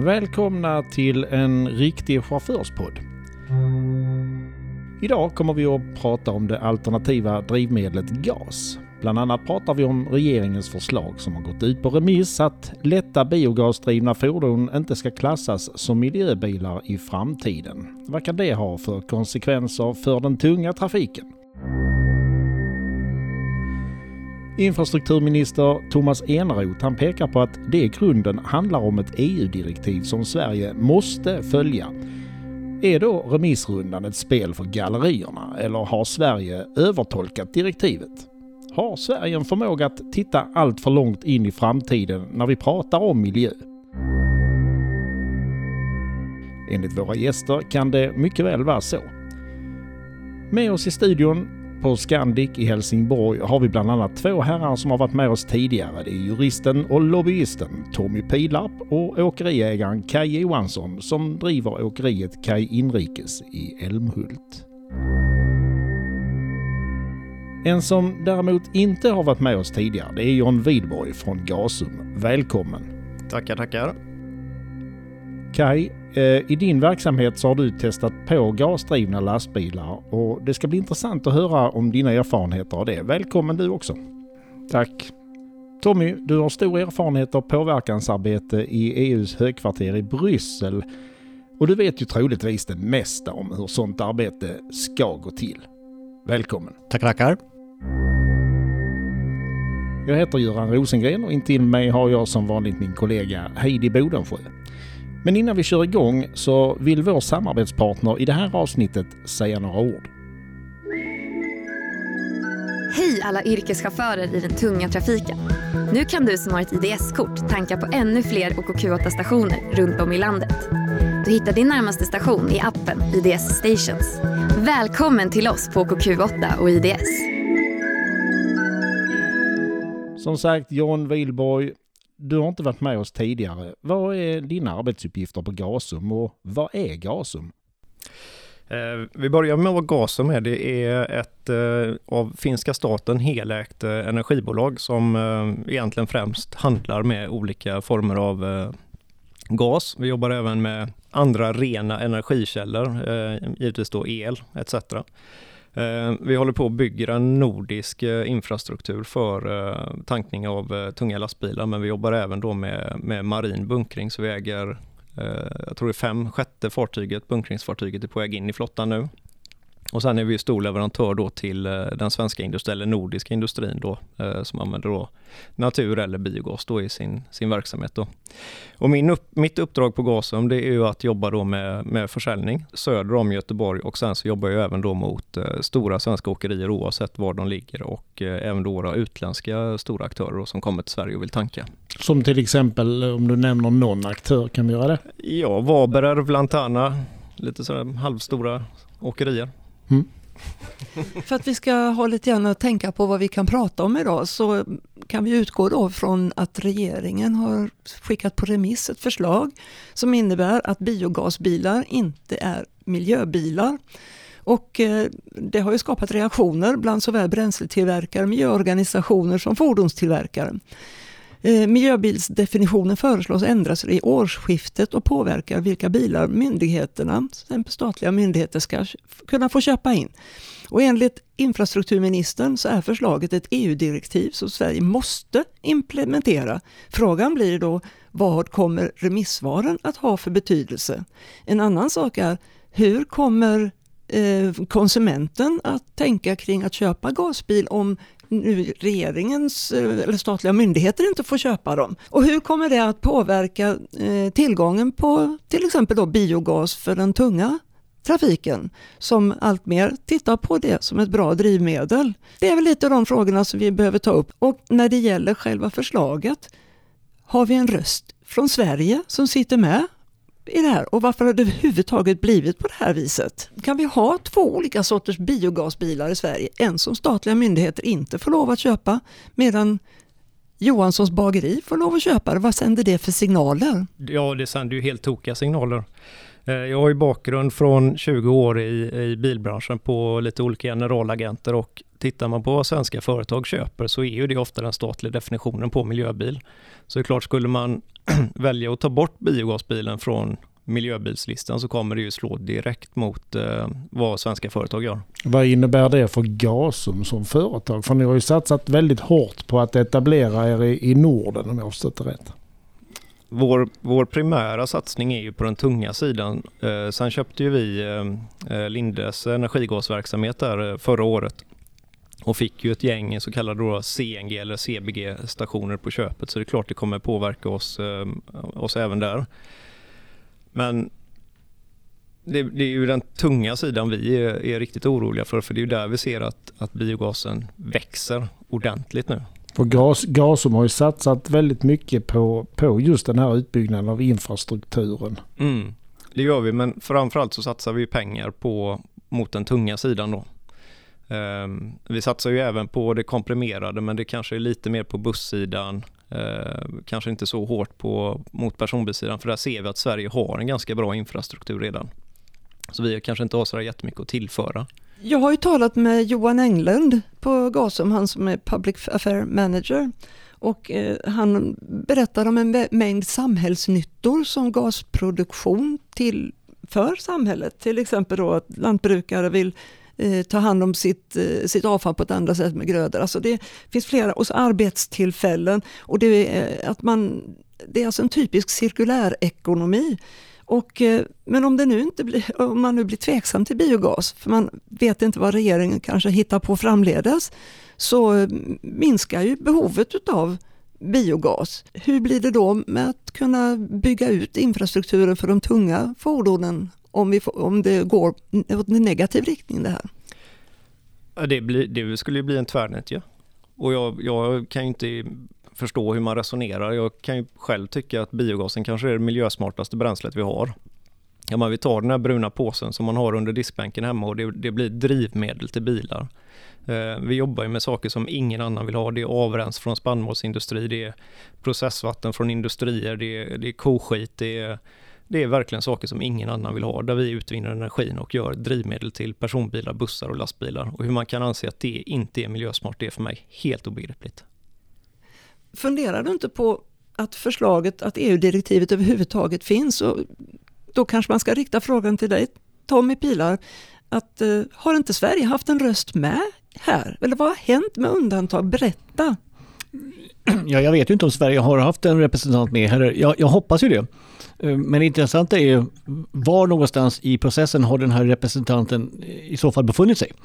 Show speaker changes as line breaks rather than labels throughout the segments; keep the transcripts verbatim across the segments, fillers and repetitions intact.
Välkomna till en riktig chaufförspodd. Idag kommer vi att prata om det alternativa drivmedlet gas. Bland annat pratar vi om regeringens förslag som har gått ut på remiss att lätta biogasdrivna fordon inte ska klassas som miljöbilar i framtiden. Vad kan det ha för konsekvenser för den tunga trafiken? Infrastrukturminister Tomas Eneroth han pekar på att det i grunden handlar om ett E U-direktiv som Sverige måste följa. Är då remissrundan ett spel för gallerierna eller har Sverige övertolkat direktivet? Har Sverige en förmåga att titta allt för långt in i framtiden när vi pratar om miljö? Enligt våra gäster kan det mycket väl vara så. Med oss i studion på Scandic i Helsingborg har vi bland annat två herrar som har varit med oss tidigare. Det är juristen och lobbyisten Tommy Pilarp och åkeriägaren Kaj Johansson som driver åkeriet Kaj Inrikes i Älmhult. En som däremot inte har varit med oss tidigare det är John Widborg från Gasum. Välkommen!
Tackar, tackar!
Kaj, i din verksamhet så har du testat på gasdrivna lastbilar och det ska bli intressant att höra om dina erfarenheter av det. Välkommen du också.
Tack.
Tommy, du har stor erfarenhet av påverkansarbete i E U:s högkvarter i Bryssel och du vet ju troligtvis det mesta om hur sånt arbete ska gå till. Välkommen.
Tackar, tackar.
Jag heter Göran Rosengren och intill mig har jag som vanligt min kollega Heidi Bodensjö. Men innan vi kör igång så vill vår samarbetspartner i det här avsnittet säga några ord.
Hej alla yrkeschaufförer i den tunga trafiken. Nu kan du som har ett I D S-kort tanka på ännu fler O K Q åtta-stationer runt om i landet. Du hittar din närmaste station i appen I D S Stations. Välkommen till oss på O K Q åtta och I D S.
Som sagt, John Widborg, du har inte varit med oss tidigare. Vad är dina arbetsuppgifter på Gasum och vad är Gasum?
Eh, vi börjar med vad Gasum är. Det är ett eh, av finska staten helägt eh, energibolag som eh, egentligen främst handlar med olika former av eh, gas. Vi jobbar även med andra rena energikällor, eh, givetvis då el et cetera. Vi håller på att bygga en nordisk infrastruktur för tankning av tunga lastbilar, men vi jobbar även då med, med marin bunkring, så vi äger, jag tror det är fem, sjätte fartyget, bunkringsfartyget är på väg in i flottan nu. Och sen är vi stor leverantör då till den svenska industrin, eller nordiska industrin då, som använder då natur eller biogas då i sin, sin verksamhet då. Och min upp, mitt uppdrag på Gasum det är ju att jobba då med, med försäljning söder om Göteborg, och sen så jobbar jag även då mot eh, stora svenska åkerier oavsett var de ligger, och eh, även då våra utländska stora aktörer då, som kommer till Sverige och vill tanka.
Som till exempel, om du nämner någon aktör, kan vi göra det?
Ja, Waberer, Lantana, lite sådär halvstora åkerier.
Mm.
För att vi ska ha lite grann att tänka på vad vi kan prata om idag, så kan vi utgå då från att regeringen har skickat på remiss ett förslag som innebär att biogasbilar inte är miljöbilar. Och eh, det har ju skapat reaktioner bland såväl bränsletillverkare, miljöorganisationer som fordonstillverkare. Eh, miljöbilsdefinitionen föreslås ändras i årsskiftet och påverkar vilka bilar myndigheterna, till exempel statliga myndigheter, ska kunna få köpa in. Och enligt infrastrukturministern så är förslaget ett E U-direktiv som Sverige måste implementera. Frågan blir då, vad kommer remissvaren att ha för betydelse? En annan sak är, hur kommer eh, konsumenten att tänka kring att köpa gasbil om nu regeringens eller statliga myndigheter inte får köpa dem? Och hur kommer det att påverka eh, tillgången på till exempel då biogas för den tunga trafiken, som allt mer tittar på det som ett bra drivmedel? Det är väl lite av de frågorna som vi behöver ta upp. Och när det gäller själva förslaget, har vi en röst från Sverige som sitter med i det här? Och varför har det överhuvudtaget blivit på det här viset? Kan vi ha två olika sorters biogasbilar i Sverige? En som statliga myndigheter inte får lov att köpa, medan Johanssons bageri får lov att köpa. Vad sänder det för signaler?
Ja, det sänder ju helt tokiga signaler. Jag har ju bakgrund från tjugo år i, i bilbranschen på lite olika generalagenter, och tittar man på vad svenska företag köper så är ju det ofta den statliga definitionen på miljöbil. Så det är klart, skulle man välja att ta bort biogasbilen från miljöbilslistan så kommer det ju slå direkt mot eh, vad svenska företag gör.
Vad innebär det för Gasum som företag? För ni har ju satsat väldigt hårt på att etablera er i, i Norden, om jag har förstått det rätt.
Vår, vår primära satsning är ju på den tunga sidan. Eh, sen köpte ju vi eh, Lindes energigasverksamhet där eh, förra året och fick ju ett gäng så kallade då C N G eller C B G-stationer på köpet, så det är klart det kommer påverka oss, eh, oss även där. Men det, det är ju den tunga sidan vi är, är riktigt oroliga för, för det är ju där vi ser att, att biogasen växer ordentligt nu.
För gas, Gasum har ju satsat väldigt mycket på, på just den här utbyggnaden av infrastrukturen.
Mm, det gör vi, men framförallt så satsar vi pengar på, mot den tunga sidan då. Um, vi satsar ju även på det komprimerade, men det kanske är lite mer på bussidan. Uh, kanske inte så hårt på, mot personbilssidan, för där ser vi att Sverige har en ganska bra infrastruktur redan. Så vi kanske inte har så jättemycket att tillföra.
Jag har ju talat med Johan Englund på Gasum, han som är Public Affairs Manager. Och eh, han berättar om en mängd samhällsnyttor som gasproduktion till för samhället. Till exempel då att lantbrukare vill eh, ta hand om sitt, eh, sitt avfall på ett andra sätt med grödor. Alltså det finns flera, och så arbetstillfällen. Och det är, att man, det är alltså en typisk cirkulär ekonomi. Och, men om, det nu inte blir, om man nu blir tveksam till biogas, för man vet inte vad regeringen kanske hittar på framledes, så minskar ju behovet av biogas. Hur blir det då med att kunna bygga ut infrastrukturen för de tunga fordonen om, vi får, om det går åt en negativ riktning det här?
Ja, det, blir, det skulle ju bli en tvärnit, ja. Och jag, jag kan ju inte förstå hur man resonerar. Jag kan ju själv tycka att biogasen kanske är det miljösmartaste bränslet vi har. Ja, man, vi tar den här bruna påsen som man har under diskbänken hemma och det, det blir drivmedel till bilar. Eh, vi jobbar ju med saker som ingen annan vill ha. Det är avrens från spannmålsindustri, det är processvatten från industrier, det är, det är koskit, det är, det är verkligen saker som ingen annan vill ha. Där vi utvinner energin och gör drivmedel till personbilar, bussar och lastbilar. Och hur man kan anse att det inte är miljösmart, det är för mig helt obegripligt.
Funderar du inte på att förslaget, att E U-direktivet överhuvudtaget finns, och då kanske man ska rikta frågan till dig, Tommy Pilar, att uh, har inte Sverige haft en röst med här? Eller vad har hänt med undantag? Berätta!
Ja, jag vet ju inte om Sverige har haft en representant med här. Jag, jag hoppas ju det. Men det intressanta är var någonstans i processen har den här representanten i så fall befunnit sig.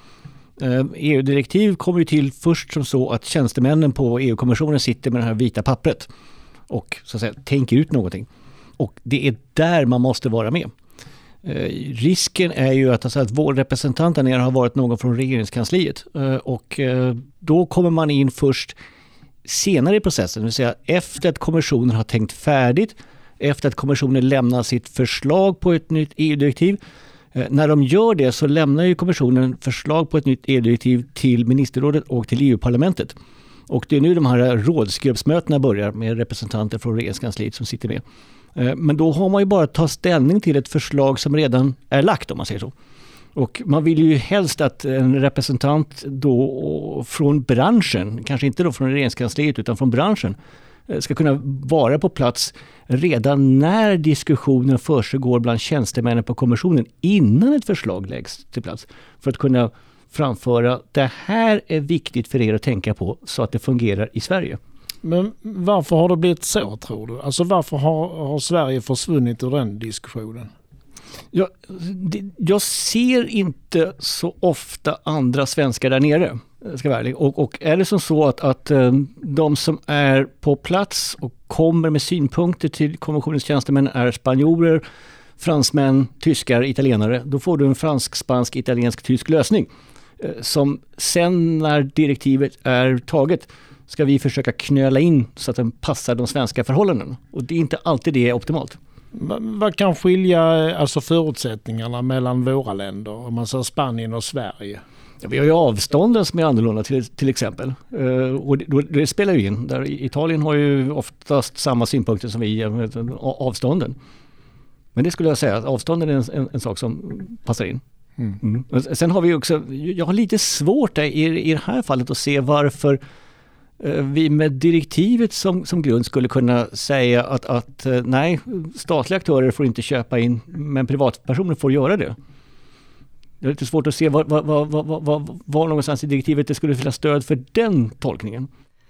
E U-direktiv kommer ju till först som så att tjänstemännen på E U-kommissionen sitter med det här vita pappret och så att säga tänker ut någonting. Och det är där man måste vara med. Eh, risken är ju att, alltså, att vår representant där nere har varit någon från regeringskansliet. Eh, och eh, då kommer man in först senare i processen, det vill säga efter att kommissionen har tänkt färdigt, efter att kommissionen lämnar sitt förslag på ett nytt E U-direktiv. Eh, när de gör det så lämnar ju kommissionen förslag på ett nytt E U-direktiv till ministerrådet och till E U-parlamentet. Och det är nu de här rådsgruppsmötena börjar med representanter från regeringskansliet som sitter med. Men då har man ju bara att ta ställning till ett förslag som redan är lagt, om man säger så. Och man vill ju helst att en representant då från branschen, kanske inte då från regeringskansliet utan från branschen, ska kunna vara på plats redan när diskussionen försiggår bland tjänstemännen på kommissionen innan ett förslag läggs till plats. För att kunna framföra, det här är viktigt för er att tänka på så att det fungerar i Sverige.
Men varför har det blivit så, tror du? Alltså varför har, har Sverige försvunnit ur den diskussionen?
Jag, det, jag ser inte så ofta andra svenskar där nere, ska vara ärlig. Och, och är det som så att, att de som är på plats och kommer med synpunkter till kommissionens tjänstemän är spanjorer, fransmän, tyskar, italienare, då får du en fransk, spansk, italiensk, tysk lösning. Som sen när direktivet är taget ska vi försöka knöla in så att den passar de svenska förhållandena. Och det är inte alltid det är optimalt.
Vad kan skilja alltså förutsättningarna mellan våra länder, om man säger Spanien och Sverige?
Ja, vi har ju avstånden som är annorlunda till, till exempel. Uh, och det, det spelar ju in. Där Italien har ju oftast samma synpunkter som vi, avstånden. Men det skulle jag säga, att avstånden är en, en, en sak som passar in. Mm. Mm. Och sen har vi också, jag har lite svårt i, i det här fallet att se varför eh, vi med direktivet som, som grund skulle kunna säga att, att eh, nej, statliga aktörer får inte köpa in, men privatpersoner får göra det. Det är lite svårt att se var, var, var, var, var, var någonstans i direktivet det skulle finnas stöd för den tolkningen.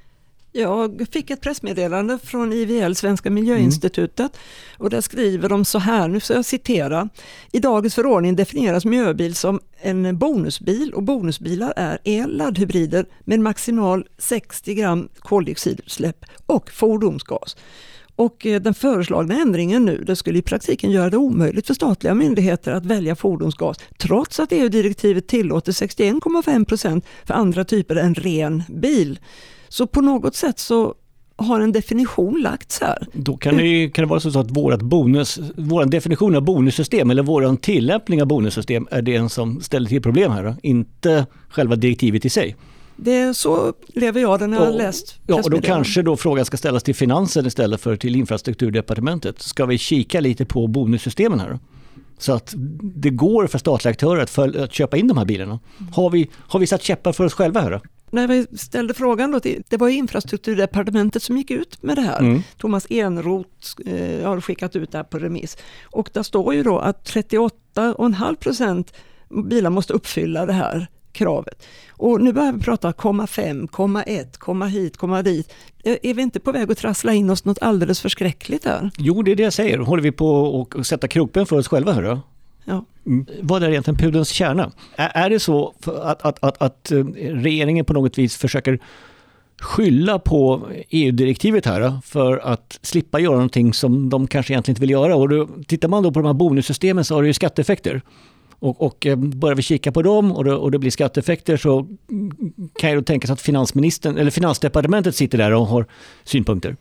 Jag fick ett pressmeddelande från I V L, Svenska miljöinstitutet, mm. och där skriver de så här, nu ska jag citera: i dagens förordning definieras miljöbil som en bonusbil, och bonusbilar är el- laddhybrider med maximal sextio gram koldioxidutsläpp och fordonsgas. Och den föreslagna ändringen nu, det skulle i praktiken göra det omöjligt för statliga myndigheter att välja fordonsgas, trots att E U-direktivet tillåter sextioen komma fem procent för andra typer än ren bil. Så på något sätt så har en definition lagts här.
Då kan det, kan det vara så att vårat bonus, vår definition av bonussystem eller vår tillämpning av bonussystem är det som ställer till problem här, då? Inte själva direktivet i sig.
Det är så lever jag när jag har läst.
Ja, och då kanske då frågan ska ställas till finansen istället för till infrastrukturdepartementet. Ska vi kika lite på bonussystemen här då? Så att det går för statliga aktörer att, för, att köpa in de här bilarna. Har vi, har vi satt käppar för oss själva här då?
När vi ställde frågan då till, det var infrastrukturdepartementet som gick ut med det här. Mm. Thomas Eneroth eh, har skickat ut det här på remiss. Och där står ju då att trettioåtta komma fem procent bilar måste uppfylla det här kravet. Och nu börjar vi prata komma fem, komma ett, komma hit, komma dit. Är vi inte på väg att trassla in oss något alldeles förskräckligt här?
Jo, det är det jag säger. Håller vi på att sätta kroppen för oss själva här då?
Ja.
Mm. Vad är egentligen pudelns kärna? Är, är det så att, att, att, att regeringen på något vis försöker skylla på E U-direktivet här för att slippa göra någonting som de kanske egentligen inte vill göra? Och då, tittar man då på de här bonussystemen så har det ju skatteeffekter. Och, och börjar vi kika på dem och det, och det blir skatteeffekter, så kan jag då tänka sig att finansministern eller finansdepartementet sitter där och har synpunkter.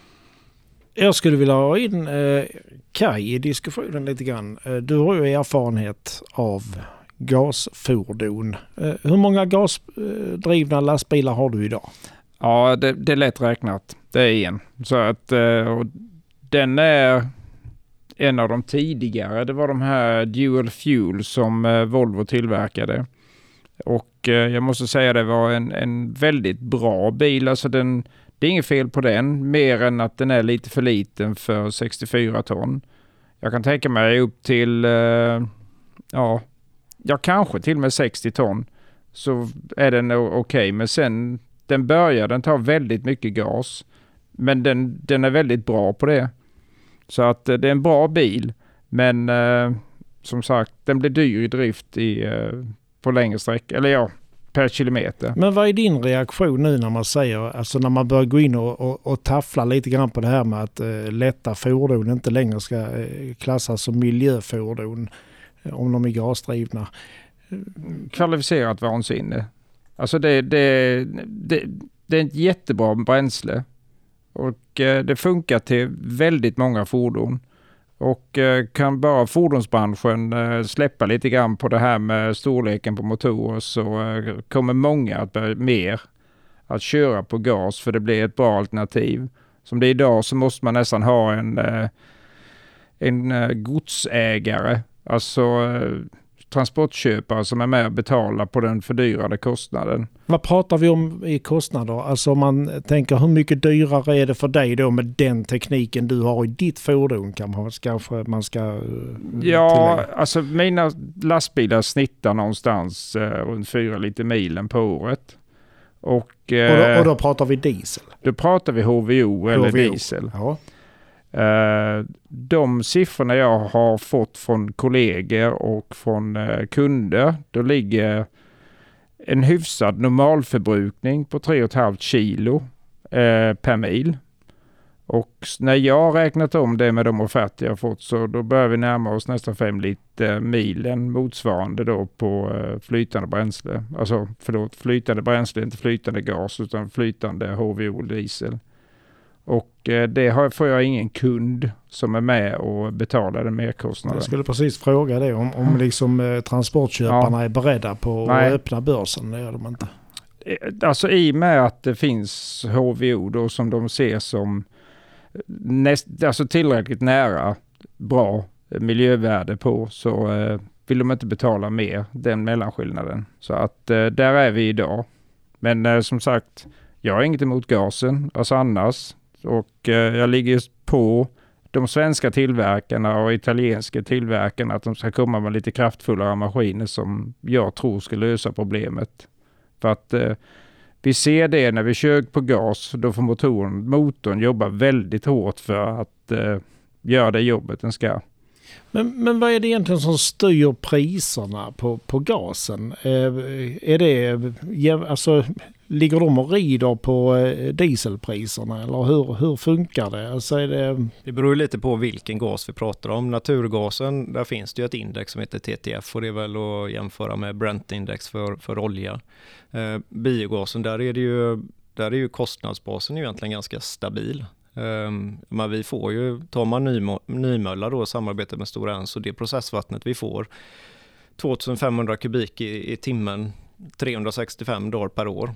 Jag skulle vilja ha in eh, Kaj i diskussionen lite grann. Eh, du har ju erfarenhet av gasfordon. Eh, hur många gasdrivna lastbilar har du idag?
Ja, det, det är lätt räknat. Det är en. Så att eh, och den är en av de tidigare. Det var de här dual fuel som eh, Volvo tillverkade. Och eh, jag måste säga det var en, en väldigt bra bil. Alltså den, det är inget fel på den. Mer än att den är lite för liten för sextiofyra ton. Jag kan tänka mig upp till eh, ja, ja, kanske till och med sextio ton. Så är den okej. Okay. Men sen den börjar, den tar väldigt mycket gas. Men den, den är väldigt bra på det. Så att det är en bra bil, men eh, som sagt, den blir dyr i drift i, eh, på längre sträckor, eller ja, per kilometer.
Men vad är din reaktion nu när man säger, alltså när man börjar gå in och, och, och taffla lite grann på det här med att eh, lätta fordon inte längre ska eh, klassas som miljöfordon eh, om de är gasdrivna?
Kvalificerat vansinne. Alltså det, det, det, det är ett jättebra bränsle. Och eh, det funkar till väldigt många fordon. Och eh, kan bara fordonsbranschen eh, släppa lite grann på det här med storleken på motorer, så eh, kommer många att börja mer att köra på gas, för det blir ett bra alternativ. Som det är idag så måste man nästan ha en, eh, en eh, godsägare, alltså eh, transportköpare som är med och betalar på den fördyrade kostnaden.
Vad pratar vi om i kostnader? Alltså om man tänker, hur mycket dyrare är det för dig då med den tekniken du har i ditt fordon? Kan man, kanske man ska uh,
Ja,
tillägga.
Alltså mina lastbilar snittar någonstans uh, runt fyra liter milen på året. Och, uh,
och, då, och då pratar vi diesel?
Då pratar vi H V O eller H V O. Diesel.
Ja.
Uh, de siffrorna jag har fått från kollegor och från uh, kunder, då ligger en hyfsad normalförbrukning på tre komma fem kilo uh, per mil. Och när jag har räknat om det med de offerter jag har fått, så då börjar vi närma oss nästan fem liter milen, motsvarande då på uh, flytande bränsle. Alltså förlåt, flytande bränsle, inte flytande gas utan flytande H V O diesel. Och eh, det har, får jag ingen kund som är med och betalar den merkostnaden.
Jag skulle precis fråga det, om, om liksom, eh, transportköparna ja. är beredda på
Nej.
att öppna börsen. Det gör de inte.
Alltså i och med att det finns H V O då, som de ser som näst, alltså tillräckligt nära bra miljövärde på, så eh, vill de inte betala mer, den mellanskillnaden. Så att eh, där är vi idag. Men eh, som sagt, jag har inget emot gasen, alltså annars. Och eh, jag ligger på de svenska tillverkarna och italienska tillverkarna att de ska komma med lite kraftfullare maskiner som jag tror ska lösa problemet. För att eh, vi ser det när vi kör på gas, då får motorn, motorn jobba väldigt hårt för att eh, göra det jobbet den ska.
Men, men vad är det egentligen som styr priserna på, på gasen? Eh, är det, ja, alltså, ligger de och rider på eh, dieselpriserna eller hur, hur funkar det? Alltså är det...
Det beror ju lite på vilken gas vi pratar om. Naturgasen, där finns det ju ett index som heter T T F och det är väl att jämföra med Brent-index för, för olja. Eh, biogasen, där är det ju, där är ju kostnadsbasen egentligen ganska stabil. Um, men vi får ju, tar man Nymö- Nymölla då, samarbetet med Stora Enso, det processvattnet vi får tjugofem hundra kubik i, i timmen, trehundrasextiofem dagar per år.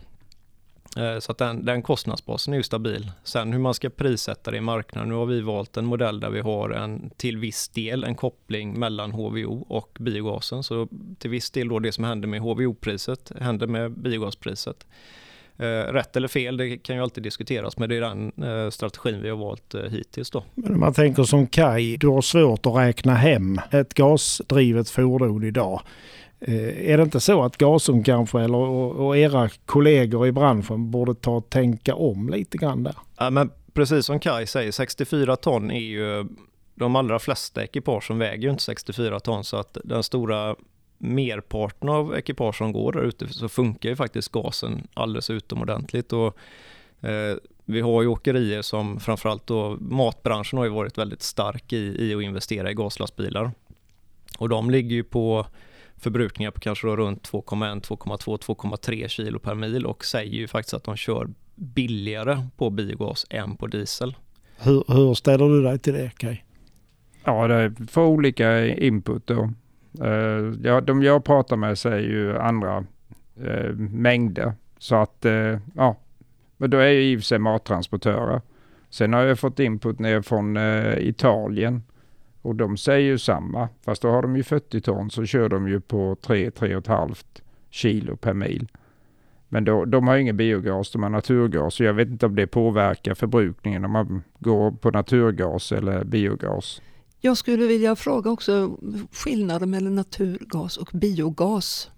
Uh, så att den, den kostnadsbasen är ju stabil. Sen hur man ska prissätta det i marknaden, nu har vi valt en modell där vi har en till viss del en koppling mellan H V O och biogasen. Så till viss del då det som händer med H V O-priset händer med biogaspriset. Uh, rätt eller fel, det kan ju alltid diskuteras, men det är den uh, strategin vi har valt uh, hittills då.
Men man tänker som Kaj, du har svårt att räkna hem ett gasdrivet fordon idag. Uh, är det inte så att Gasum kanske, eller och, och era kollegor i branschen borde ta och tänka om lite grann där?
Ja, men precis som Kaj säger, sextiofyra ton är ju, de allra flesta ekipage som väger ju inte sextiofyra ton, så att den stora merparten av ekipage som går där ute så funkar ju faktiskt gasen alldeles utomordentligt. Och, eh, vi har ju åkerier som framförallt då, matbranschen har ju varit väldigt stark i, i att investera i gaslastbilar. Och de ligger ju på förbrukningar på kanske då runt två komma ett, två komma två, två komma tre kilo per mil och säger ju faktiskt att de kör billigare på biogas än på diesel.
Hur, hur ställer du dig till det, Kaj?
Ja, det är för olika input då. Uh, ja, de jag pratar med säger ju andra uh, mängder. Så att, uh, ja, men då är ju i och för sig mattransportörer. Sen har jag fått input ner från uh, Italien. Och de säger ju samma. Fast då har de ju fyrtio ton, så kör de ju på tre till tre komma fem kilo per mil. Men då, de har ingen biogas, de har naturgas. Så jag vet inte om det påverkar förbrukningen om man går på naturgas eller biogas.
Jag skulle vilja fråga också skillnaden mellan naturgas och biogas.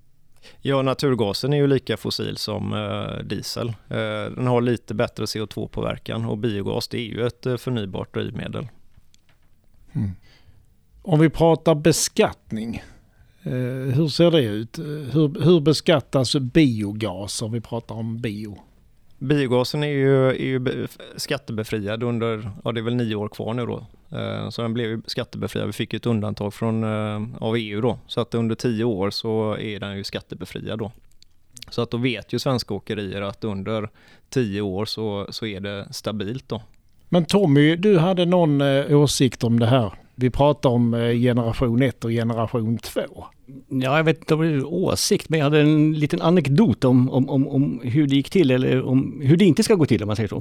Ja, naturgasen är ju lika fossil som eh, diesel. Eh, den har lite bättre C O två påverkan och biogas det är ju ett eh, förnybart drivmedel.
Mm. Om vi pratar beskattning, eh, hur ser det ut? Hur, hur beskattas biogas om vi pratar om bio?
Biogasen är ju, är ju skattebefriad under, ja det är väl nio år kvar nu då. Så den blev ju skattebefriad. Vi fick ett undantag från, av E U då. Så att under tio år så är den ju skattebefriad då. Så att då vet ju svenska åkerier att under tio år så, så är det stabilt då.
Men Tommy, du hade någon eh, åsikt om det här. Vi pratar om eh, generation ett och generation två.
Ja, jag vet inte om det är åsikt, men jag hade en liten anekdot om, om, om, om hur det gick till eller om hur det inte ska gå till om man säger så.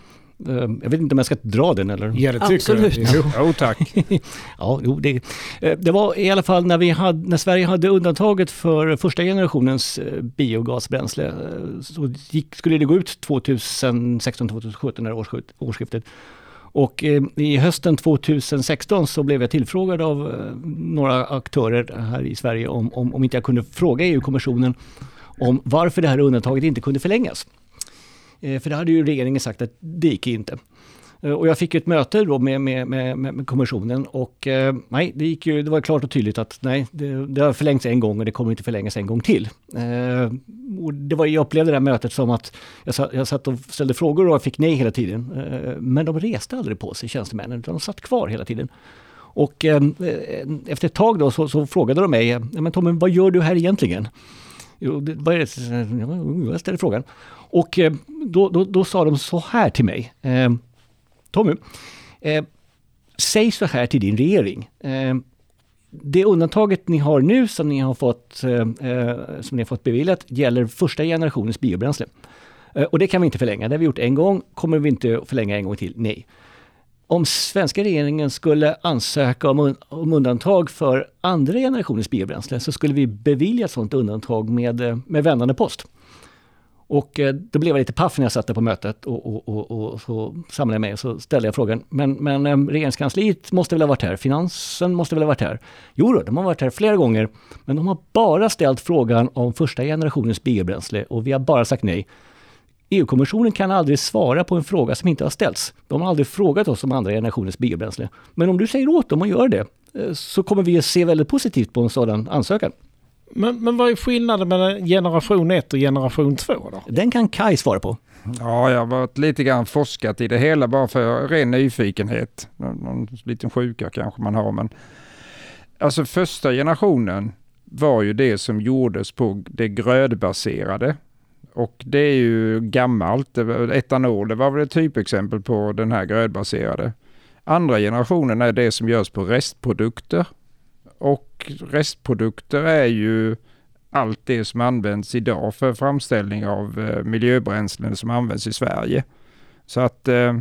Jag vet inte om jag ska dra den eller?
Ja, det tycker
Absolut.
jag. Jo,
Jo, tack.
Ja, jo, det, det var i alla fall när, vi hade, när Sverige hade undantaget för första generationens biogasbränsle så gick, skulle det gå ut tjugohundrasexton tjugosjutton, när årsskiftet. Och eh, i hösten tjugohundrasexton så blev jag tillfrågad av eh, några aktörer här i Sverige om, om, om inte jag kunde fråga E U-kommissionen om varför det här undantaget inte kunde förlängas. Eh, för det hade ju regeringen sagt att det gick inte. Eh, och jag fick ett möte då med, med, med, med kommissionen och eh, nej, det, gick ju, det var klart och tydligt att nej, det, det har förlängts en gång och det kommer inte förlängas en gång till. Eh, och det var, jag upplevde det här mötet som att jag satt, jag satt och ställde frågor och fick nej hela tiden. Eh, men de reste aldrig på sig, tjänstemännen, utan de satt kvar hela tiden. Och eh, efter ett tag då så, så frågade de mig, ja, men Tommy, vad gör du här egentligen? Jo, det var det, jag ställde frågan. Och eh, då, då, då sa de så här till mig. Eh, Tommy, eh, säg så här till din regering. Eh, det undantaget ni har nu som ni har fått, eh, som ni har fått beviljat gäller första generationens biobränsle. Eh, och det kan vi inte förlänga. Det har vi gjort en gång, kommer vi inte förlänga en gång till? Nej. om svenska regeringen skulle ansöka om, om undantag för andra generationens biobränsle så skulle vi bevilja ett sådant undantag med, med vändande post. Och eh, då blev jag lite paff när jag satt där på mötet och, och, och, och så samlade jag mig och så ställde jag frågan. Men, men eh, regeringskansliet måste väl ha varit här? Finansen måste väl ha varit här? Jo då, de har varit här flera gånger. Men de har bara ställt frågan om första generationens biobränsle och vi har bara sagt nej. E U-kommissionen kan aldrig svara på en fråga som inte har ställts. De har aldrig frågat oss om andra generationens biobränsle. Men om du säger åt dem att göra det eh, så kommer vi att se väldigt positivt på en sådan ansökan.
Men, men vad är skillnaden mellan generation ett och generation två då?
Den kan Kai svara på.
Ja, jag har varit lite grann forskat i det hela bara för ren nyfikenhet. Någon, någon liten sjuka kanske man har. Men alltså första generationen var ju det som gjordes på det grödbaserade. Och det är ju gammalt. Etanol, det var väl ett typexempel på den här grödbaserade. Andra generationen är det som görs på restprodukter. Och restprodukter är ju allt det som används idag för framställning av eh, miljöbränslen som används i Sverige. Så att eh,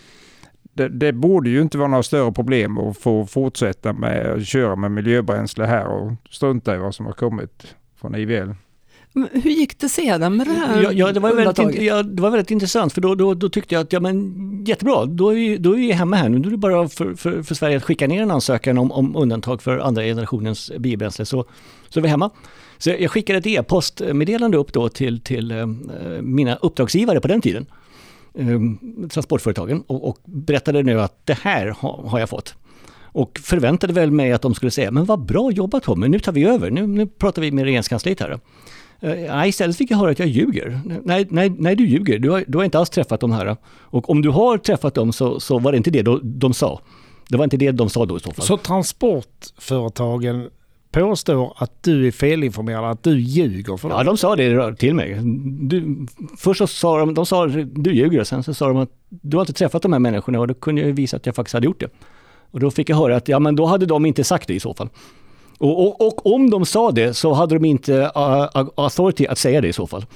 det, det borde ju inte vara några större problem att få fortsätta med att köra med miljöbränsle här och strunta i vad som har kommit från I V L.
Men hur gick det sedan med det här
Ja, ja, det, var väldigt,
undantaget?
ja det var väldigt intressant för då, då, då tyckte jag att ja, men, jättebra, då är, vi, då är vi hemma här nu. Nu är det bara för, för, för Sverige att skicka ner en ansökan om, om undantag för andra generationens biobränsle så, så är vi hemma. Så jag skickade ett e-postmeddelande upp då till, till eh, mina uppdragsgivare på den tiden, eh, transportföretagen och, och berättade nu att det här ha, har jag fått. Och förväntade väl mig att de skulle säga, men vad bra jobbat Tommy, nu tar vi över, nu, nu pratar vi med regeringskansliet här. Nej, istället fick jag höra att jag ljuger. Nej, nej, nej du ljuger. Du har, du har inte alls träffat dem här. Och om du har träffat dem så, så var det inte det de, de sa. Det var inte det de sa då i så fall.
Så transportföretagen påstår att du är felinformerad, att du ljuger för dem?
Ja, de sa det till mig. Du, först så sa de, de sa du ljuger och sen så sa de att du har inte träffat de här människorna och då kunde jag visa att jag faktiskt hade gjort det. Och då fick jag höra att ja, men då hade de inte sagt det i så fall. Och, och, och om de sa det så hade de inte uh, authority att säga det i så fall.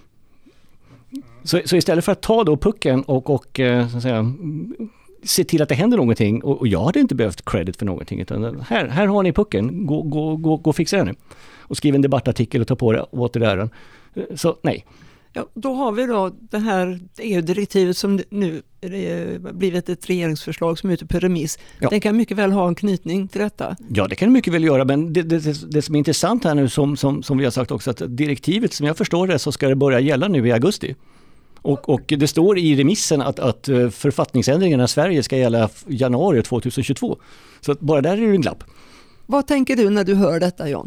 Så, så istället för att ta då pucken och, och uh, så att säga, se till att det händer någonting, och, och jag hade inte behövt credit för någonting, utan här, här har ni pucken, gå, gå, gå, gå och fixa det nu. Och skriv en debattartikel och ta på det åt det där. Så nej.
Ja, då har vi då det här E U-direktivet som nu är blivit ett regeringsförslag som är ute på remiss.
Ja.
Den kan mycket väl ha en knytning till detta.
Ja, det kan det mycket väl göra, men det, det, det som är intressant här nu som, som, som vi har sagt också, att direktivet som jag förstår det så ska det börja gälla nu i augusti. Och, och det står i remissen att, att författningsändringarna i Sverige ska gälla januari tjugohundratjugotvå. Så att bara där är det en glapp.
Vad tänker du när du hör detta, Jan?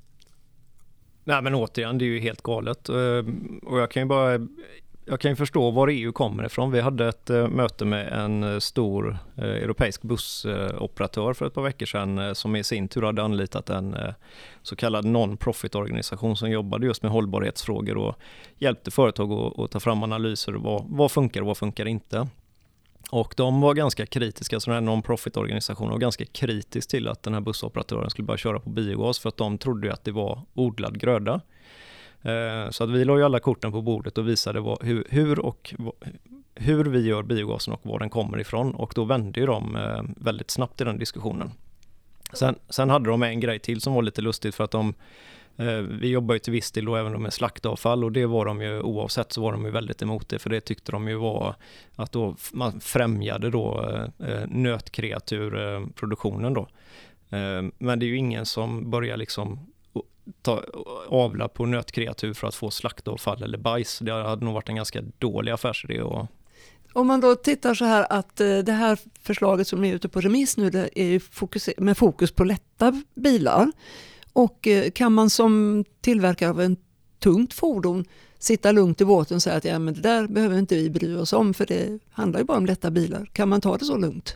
Nej, men återigen, det är ju helt galet. Och jag kan ju bara jag kan ju förstå var E U kommer ifrån. Vi hade ett möte med en stor europeisk bussoperatör för ett par veckor sedan som i sin tur hade anlitat en så kallad non-profit-organisation som jobbade just med hållbarhetsfrågor och hjälpte företag att, att ta fram analyser. Vad, vad funkar och vad funkar inte? Och de var ganska kritiska, så den här non-profit-organisationen var ganska kritisk till att den här bussoperatören skulle börja köra på biogas, för att de trodde ju att det var odlad gröda. Eh, så att vi la ju alla korten på bordet och visade vad, hur, hur, och, hur vi gör biogasen och var den kommer ifrån. Och då vände ju de eh, väldigt snabbt i den diskussionen. Sen, sen hade de en grej till som var lite lustigt, för att de vi jobbar ju till viss del då även med slaktavfall, och det var de ju, oavsett så var de ju väldigt emot det, för det tyckte de ju var att då man främjade då eh, nötkreaturproduktionen då. Eh, men det är ju ingen som börjar liksom ta, avla på nötkreatur för att få slaktavfall eller bajs. Det hade nog varit en ganska dålig affärsidé. Och
om man då tittar så här att eh, det här förslaget som är ute på remiss nu, det är ju fokus, med fokus på lätta bilar. Och kan man som tillverkare av en tungt fordon sitta lugnt i båten och säga att ja, men det där behöver inte vi bry oss om, för det handlar ju bara om lätta bilar. Kan man ta det så lugnt?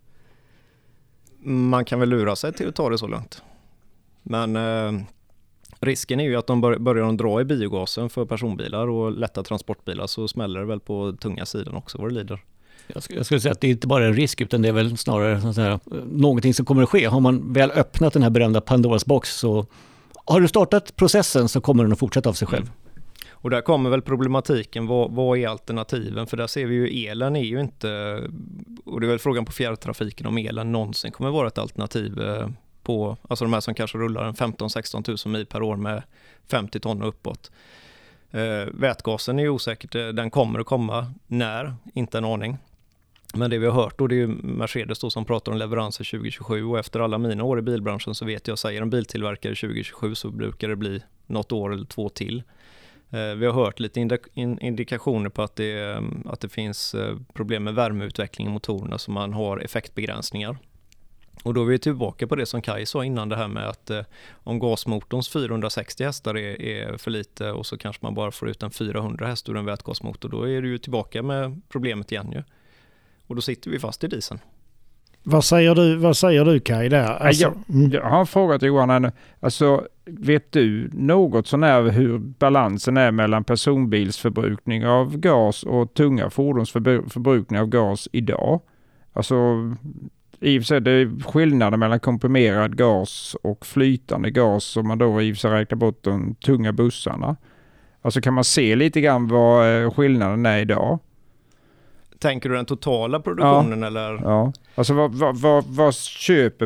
Man kan väl lura sig till att ta det så lugnt. Men eh, risken är ju att de bör, börjar de dra i biogasen för personbilar och lätta transportbilar, så smäller det väl på tunga sidan också vad det lider.
Jag skulle, jag skulle säga att det inte bara är en risk, utan det är väl snarare så att säga, någonting som kommer att ske. Har man väl öppnat den här berömda Pandoras box, så har du startat processen så kommer den att fortsätta av sig själv.
Mm. Och där kommer väl problematiken, vad, vad är alternativen? För där ser vi ju elen är ju inte, och det är väl frågan på fjärrtrafiken om elen någonsin kommer vara ett alternativ på, alltså de här som kanske rullar en femton sexton tusen mil per år med femtio ton och uppåt. Eh, vätgasen är ju osäkert, den kommer att komma när, inte en aning. Men det vi har hört då, det är ju Mercedes då som pratar om leveranser tjugo tjugosju, och efter alla mina år i bilbranschen så vet jag, säger en biltillverkare tjugo tjugosju så brukar det bli något år eller två till. Eh, vi har hört lite indik- indikationer på att det, att det finns problem med värmeutveckling i motorerna, så man har effektbegränsningar. Och då är vi tillbaka på det som Kai sa innan, det här med att eh, om gasmotorns fyrahundrasextio hästar är, är för lite och så kanske man bara får ut en fyrahundra häst ur en vätgasmotor, då är det ju tillbaka med problemet igen ju. Och då sitter vi fast i dieseln.
Vad säger du, vad säger du Kai där? Alltså,
jag,
mm.
jag har en fråga till Johan. Alltså, vet du något sån här hur balansen är mellan personbilsförbrukning av gas och tunga fordonsförbrukning av gas idag? Alltså, i och för sig det är skillnaden mellan komprimerad gas och flytande gas som man då i och för sig räknar bort de tunga bussarna. Alltså kan man se lite grann vad skillnaden är idag?
Tänker du den totala produktionen
ja.
eller?
Ja, alltså vad, vad, vad, vad köper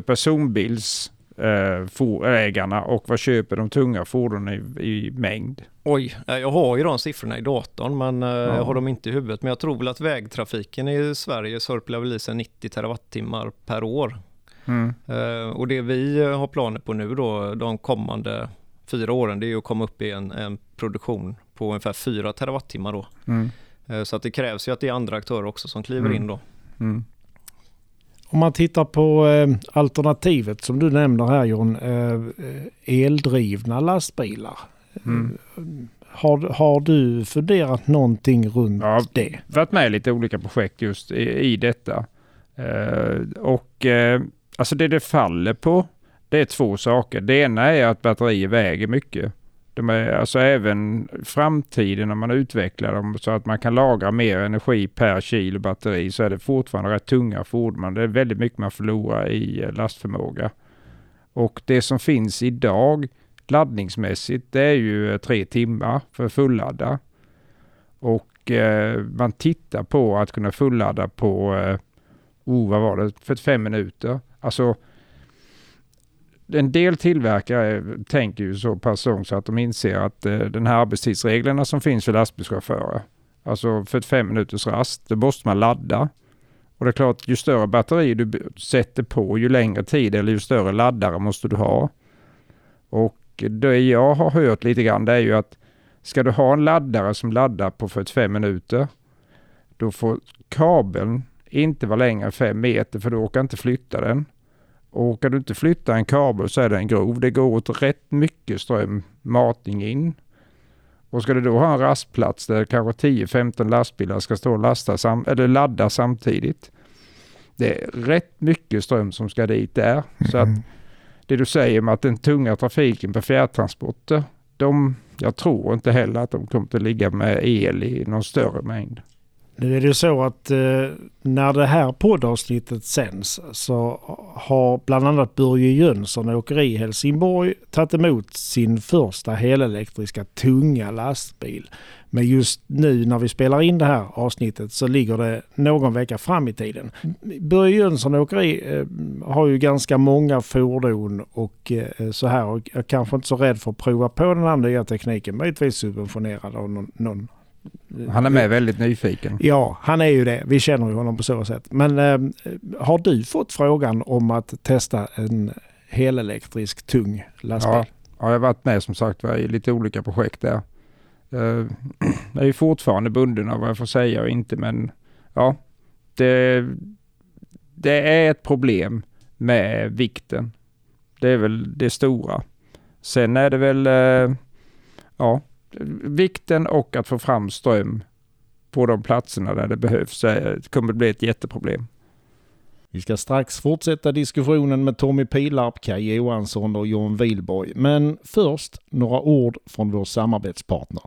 personbilsägarna eh, och vad köper de tunga fordonen i, i mängd?
Oj, jag har ju de siffrorna i datorn men ja. jag har dem inte i huvudet. Men jag tror väl att vägtrafiken i Sverige sörplar väl i sig nittio terawattimmar per år. Mm. Uh, och det vi har planer på nu då, de kommande fyra åren, det är ju att komma upp i en, en produktion på ungefär fyra terawattimmar då. Mm. Så att det krävs ju att det är andra aktörer också som kliver mm. in då. Mm.
Om man tittar på eh, alternativet som du nämner här John, eh, eldrivna lastbilar. Mm. Eh, har, har du funderat någonting runt
ja,
det?
Jag har varit med i lite olika projekt just i, i detta. Eh, och eh, alltså det det faller på, det är två saker. Det ena är att batterier väger mycket. De är alltså även framtiden när man utvecklar dem så att man kan lagra mer energi per kilo batteri, så är det fortfarande rätt tunga fordon. Det är väldigt mycket man förlorar i lastförmåga. Och det som finns idag laddningsmässigt, det är ju tre timmar för fulladda. Och eh, man tittar på att kunna fulladda på eh, oh, vad var det, fyrtiofem minuter. Alltså en del tillverkare tänker ju så pass långt så att de inser att eh, den här arbetstidsreglerna som finns för lastbilschaufförer, alltså fyrtiofem minuters rast, då måste man ladda. Och det är klart, ju större batteri du sätter på, ju längre tid eller ju större laddare måste du ha. Och det jag har hört lite grann, det är ju att ska du ha en laddare som laddar på fyrtiofem minuter, då får kabeln inte vara längre än fem meter, för du orkar inte flytta den. Och kan du inte flytta en kabel så är den grov. Det går åt rätt mycket ström, matning in. Och ska du då ha en rastplats där kanske tio femton lastbilar ska stå och lasta sam- eller ladda samtidigt. Det är rätt mycket ström som ska dit där. Så att det du säger med att den tunga trafiken på fjärrtransporter, de, jag tror inte heller att de kommer att ligga med el i någon större mängd.
Nu är det ju så att eh, när det här poddavsnittet sänds så har bland annat Börje Jönsson åkeri i Helsingborg tagit emot sin första helelektriska tunga lastbil. Men just nu när vi spelar in det här avsnittet så ligger det någon vecka fram i tiden. Börje Jönsson åkeri eh, har ju ganska många fordon och eh, så här, och är kanske inte så rädd för att prova på den här nya tekniken, möjligtvis subventionerad av någon, någon.
Han är med väldigt nyfiken.
Ja, han är ju det. Vi känner ju honom på så sätt. Men eh, har du fått frågan om att testa en helelektrisk tung lastbil?
Ja, jag har varit med som sagt i lite olika projekt där. Jag är ju fortfarande bunden av vad jag får säga och inte, men ja, det, det är ett problem med vikten. Det är väl det stora. Sen är det väl, ja, vikten och att få fram ström på de platserna där det behövs. Det kommer att bli ett jätteproblem.
Vi ska strax fortsätta diskussionen med Tommy Pilarp, Kaj Johansson och John Wihlborg. Men först några ord från vår samarbetspartner.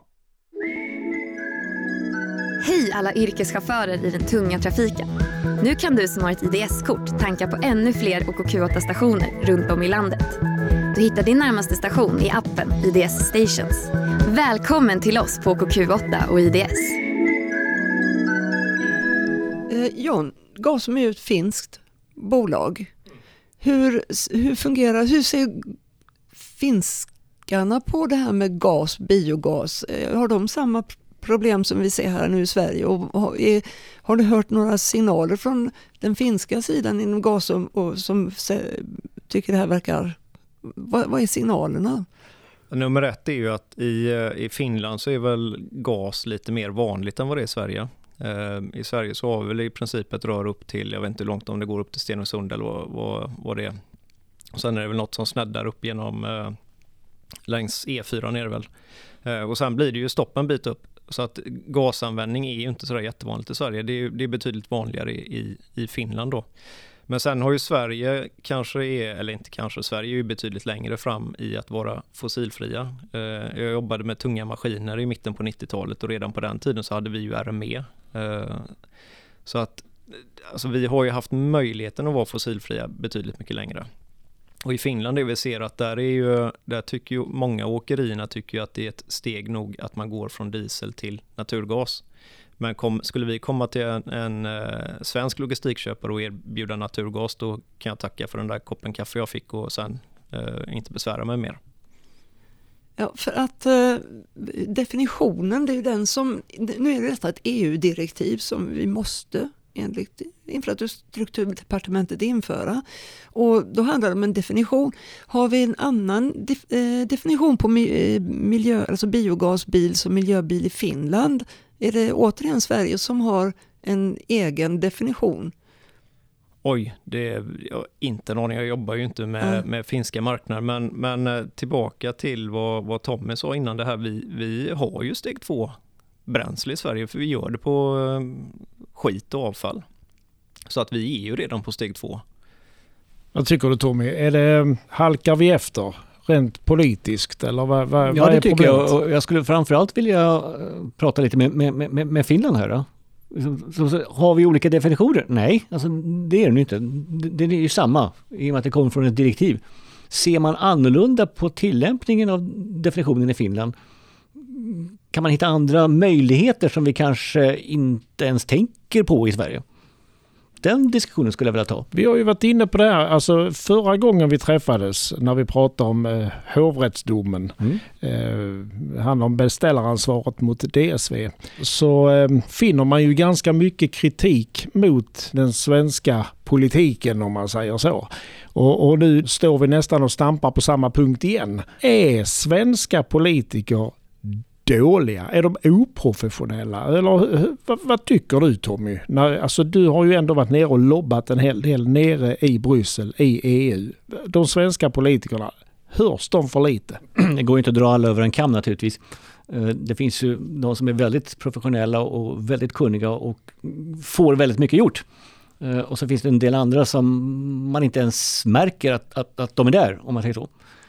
Hej alla yrkeschaufförer i den tunga trafiken. Nu kan du som har ett I D S-kort tanka på ännu fler O K Q åtta-stationer runt om i landet. Du hittar din närmaste station i appen I D S Stations. Välkommen till oss på K Q åtta och I D S.
Eh, John, Gasum är ju ett finskt bolag. Hur, hur fungerar, hur ser finskarna på det här med gas, biogas? Eh, har de samma problem som vi ser här nu i Sverige? Och har, är, har du hört några signaler från den finska sidan inom Gasum och som se, tycker det här verkar... Vad, vad är signalerna?
Nummer ett är ju att i, i Finland så är väl gas lite mer vanligt än vad det är i Sverige. Eh, I Sverige så har vi väl i princip ett rör upp till, jag vet inte hur långt, om det går upp till Stenungsund eller vad, vad, vad det är. Och sen är det väl något som sneddar upp genom eh, längs E fyra är det väl. Eh, och sen blir det ju stopp en bit upp. Så att gasanvändning är ju inte så där jättevanligt i Sverige. Det är, det är betydligt vanligare i, i Finland då. Men sen har ju Sverige kanske, är, eller inte kanske, Sverige är ju betydligt längre fram i att vara fossilfria. Eh, jag jobbade med tunga maskiner i mitten på nittiotalet och redan på den tiden så hade vi ju R M E. Eh, så att alltså, vi har ju haft möjligheten att vara fossilfria betydligt mycket längre. Och i Finland det vi ser att där är ju, där tycker ju många åkerierna tycker ju att det är ett steg nog att man går från diesel till naturgas. Men kom, skulle vi komma till en, en uh, svensk logistikköpare och erbjuda naturgas, då kan jag tacka för den där koppen kaffe jag fick och sen uh, inte besvära mig mer.
Ja, för att uh, definitionen, det är ju den som, nu är det detta ett E U-direktiv som vi måste enligt infrastrukturdepartementet införa. Och då handlar det om en definition. Har vi en annan def, eh, definition på mi, miljö, alltså biogasbil som miljöbil i Finland? Är det återigen Sverige som har en egen definition?
Oj, det är jag, inte en aning. Jag jobbar ju inte med, mm. med finska marknader. Men, men tillbaka till vad, vad Tommy sa innan det här. Vi, vi har ju steg två bränsle i Sverige, för vi gör det på eh, skit och avfall. Så att vi är ju redan på steg två.
Vad tycker du, Tommy? Är det, halkar vi efter rent politiskt? Eller vad, vad,
ja,
vad är
det tycker
problemet?
jag. Och jag skulle framförallt vilja prata lite med, med, med, med Finland här. Då. Så, så, så, har vi olika definitioner? Nej, alltså, det är det inte. Det, det är ju samma i och med att det kommer från ett direktiv. Ser man annorlunda på tillämpningen av definitionen i Finland, kan man hitta andra möjligheter som vi kanske inte ens tänker på i Sverige? Den diskussionen skulle jag vilja ta.
Vi har ju varit inne på det här. Alltså förra gången vi träffades när vi pratade om eh, hovrättsdomen, mm. eh, handlar om beställaransvaret mot D S V, så eh, finner man ju ganska mycket kritik mot den svenska politiken, om man säger så. Och, och nu står vi nästan och stampar på samma punkt igen. Är svenska politiker dåliga? Är de oprofessionella? Eller vad, vad tycker du, Tommy? När, alltså, du har ju ändå varit nere och lobbat en hel del nere i Bryssel, i E U. De svenska politikerna, hörs de för lite?
Det går inte att dra alla över en kam naturligtvis. Det finns ju de som är väldigt professionella och väldigt kunniga och får väldigt mycket gjort. Och så finns det en del andra som man inte ens märker att, att, att de är där, om man säger så.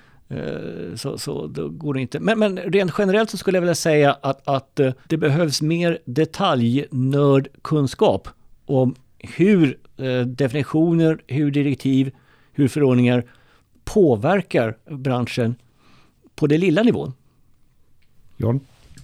Så, så då går det inte. Men, men rent generellt så skulle jag vilja säga att, att det behövs mer detaljnördkunskap om hur eh, definitioner, hur direktiv, hur förordningar påverkar branschen på det lilla nivån.
John?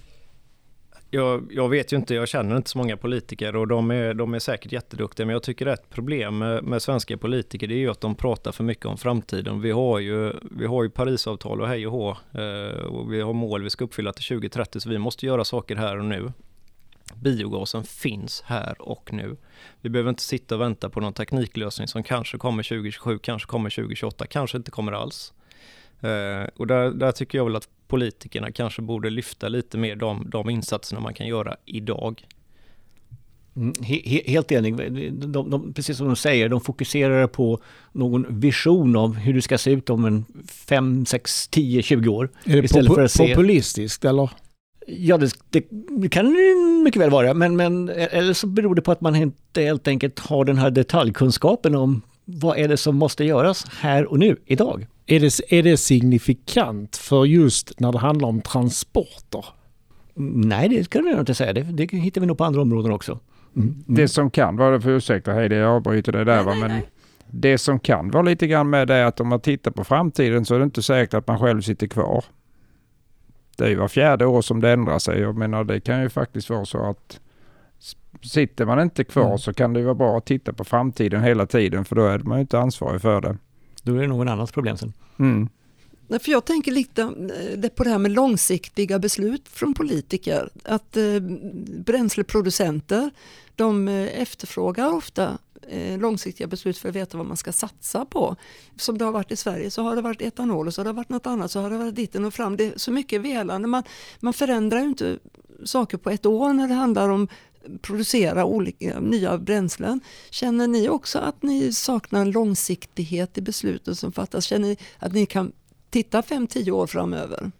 Jag, jag vet ju inte, jag känner inte så många politiker och de är, de är säkert jätteduktiga, men jag tycker ett problem med, med svenska politiker, det är ju att de pratar för mycket om framtiden. Vi har ju, vi har ju Parisavtal och hej och hå, eh, och vi har mål vi ska uppfylla till tjugo trettio, så vi måste göra saker här och nu. Biogasen finns här och nu. Vi behöver inte sitta och vänta på någon tekniklösning som kanske kommer tjugo tjugosju, kanske kommer tjugo tjugoåtta, kanske inte kommer alls. Uh, och där, där tycker jag väl att politikerna kanske borde lyfta lite mer de, de insatserna man kan göra idag.
Mm, he, helt enig. De, de, de, precis som de säger, de fokuserar på någon vision av hur det ska se ut om en fem, sex, tio, tjugo år.
Är det popu- för att se... populistiskt eller?
Ja, det, det, det kan det mycket väl vara. Men, men, eller så beror det på att man inte helt enkelt har den här detaljkunskapen om vad är det som måste göras här och nu, idag.
Är det, är det signifikant för just när det handlar om transporter?
Nej, det kan jag inte säga. Det, det hittar vi nog på andra områden också.
Mm. Mm. Det som kan vara, för ursäkta, hej, det jag avbryter det där, nej, va? Men nej, nej. Det som kan vara lite grann med det är att om man tittar på framtiden så är det inte säkert att man själv sitter kvar. det är ju var fjärde år som det ändrar sig. Jag menar, det kan ju faktiskt vara så att sitter man inte kvar mm. så kan det ju vara bra att titta på framtiden hela tiden, för då är man ju inte ansvarig för det.
Då är det någon annans problem sen.
Mm.
För jag tänker lite på det här med långsiktiga beslut från politiker. Att eh, bränsleproducenter, de efterfrågar ofta eh, långsiktiga beslut för att veta vad man ska satsa på. Som det har varit i Sverige så har det varit etanol, och så har det varit något annat, så har det varit ditten och fram. Det är så mycket velande. Man, man förändrar ju inte saker på ett år när det handlar om producera olika nya bränslen. Känner ni också att ni saknar en långsiktighet i besluten som fattas? Känner ni att ni kan titta fem till tio år framöver?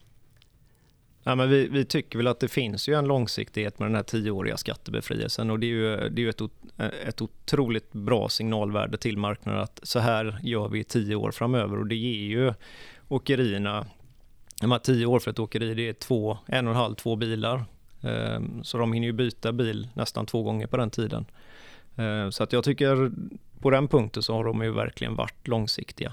Ja, men vi, vi tycker väl att det finns ju en långsiktighet med den här tioåriga skattebefrielsen, och det är ju, det är ju ett, ett otroligt bra signalvärde till marknaden att så här gör vi tio år framöver, och det ger ju åkerierna, de här tio år för ett åkeri, det är två, en och en halv, två bilar. Så de hinner ju byta bil nästan två gånger på den tiden. Så att jag tycker på den punkten så har de ju verkligen varit långsiktiga.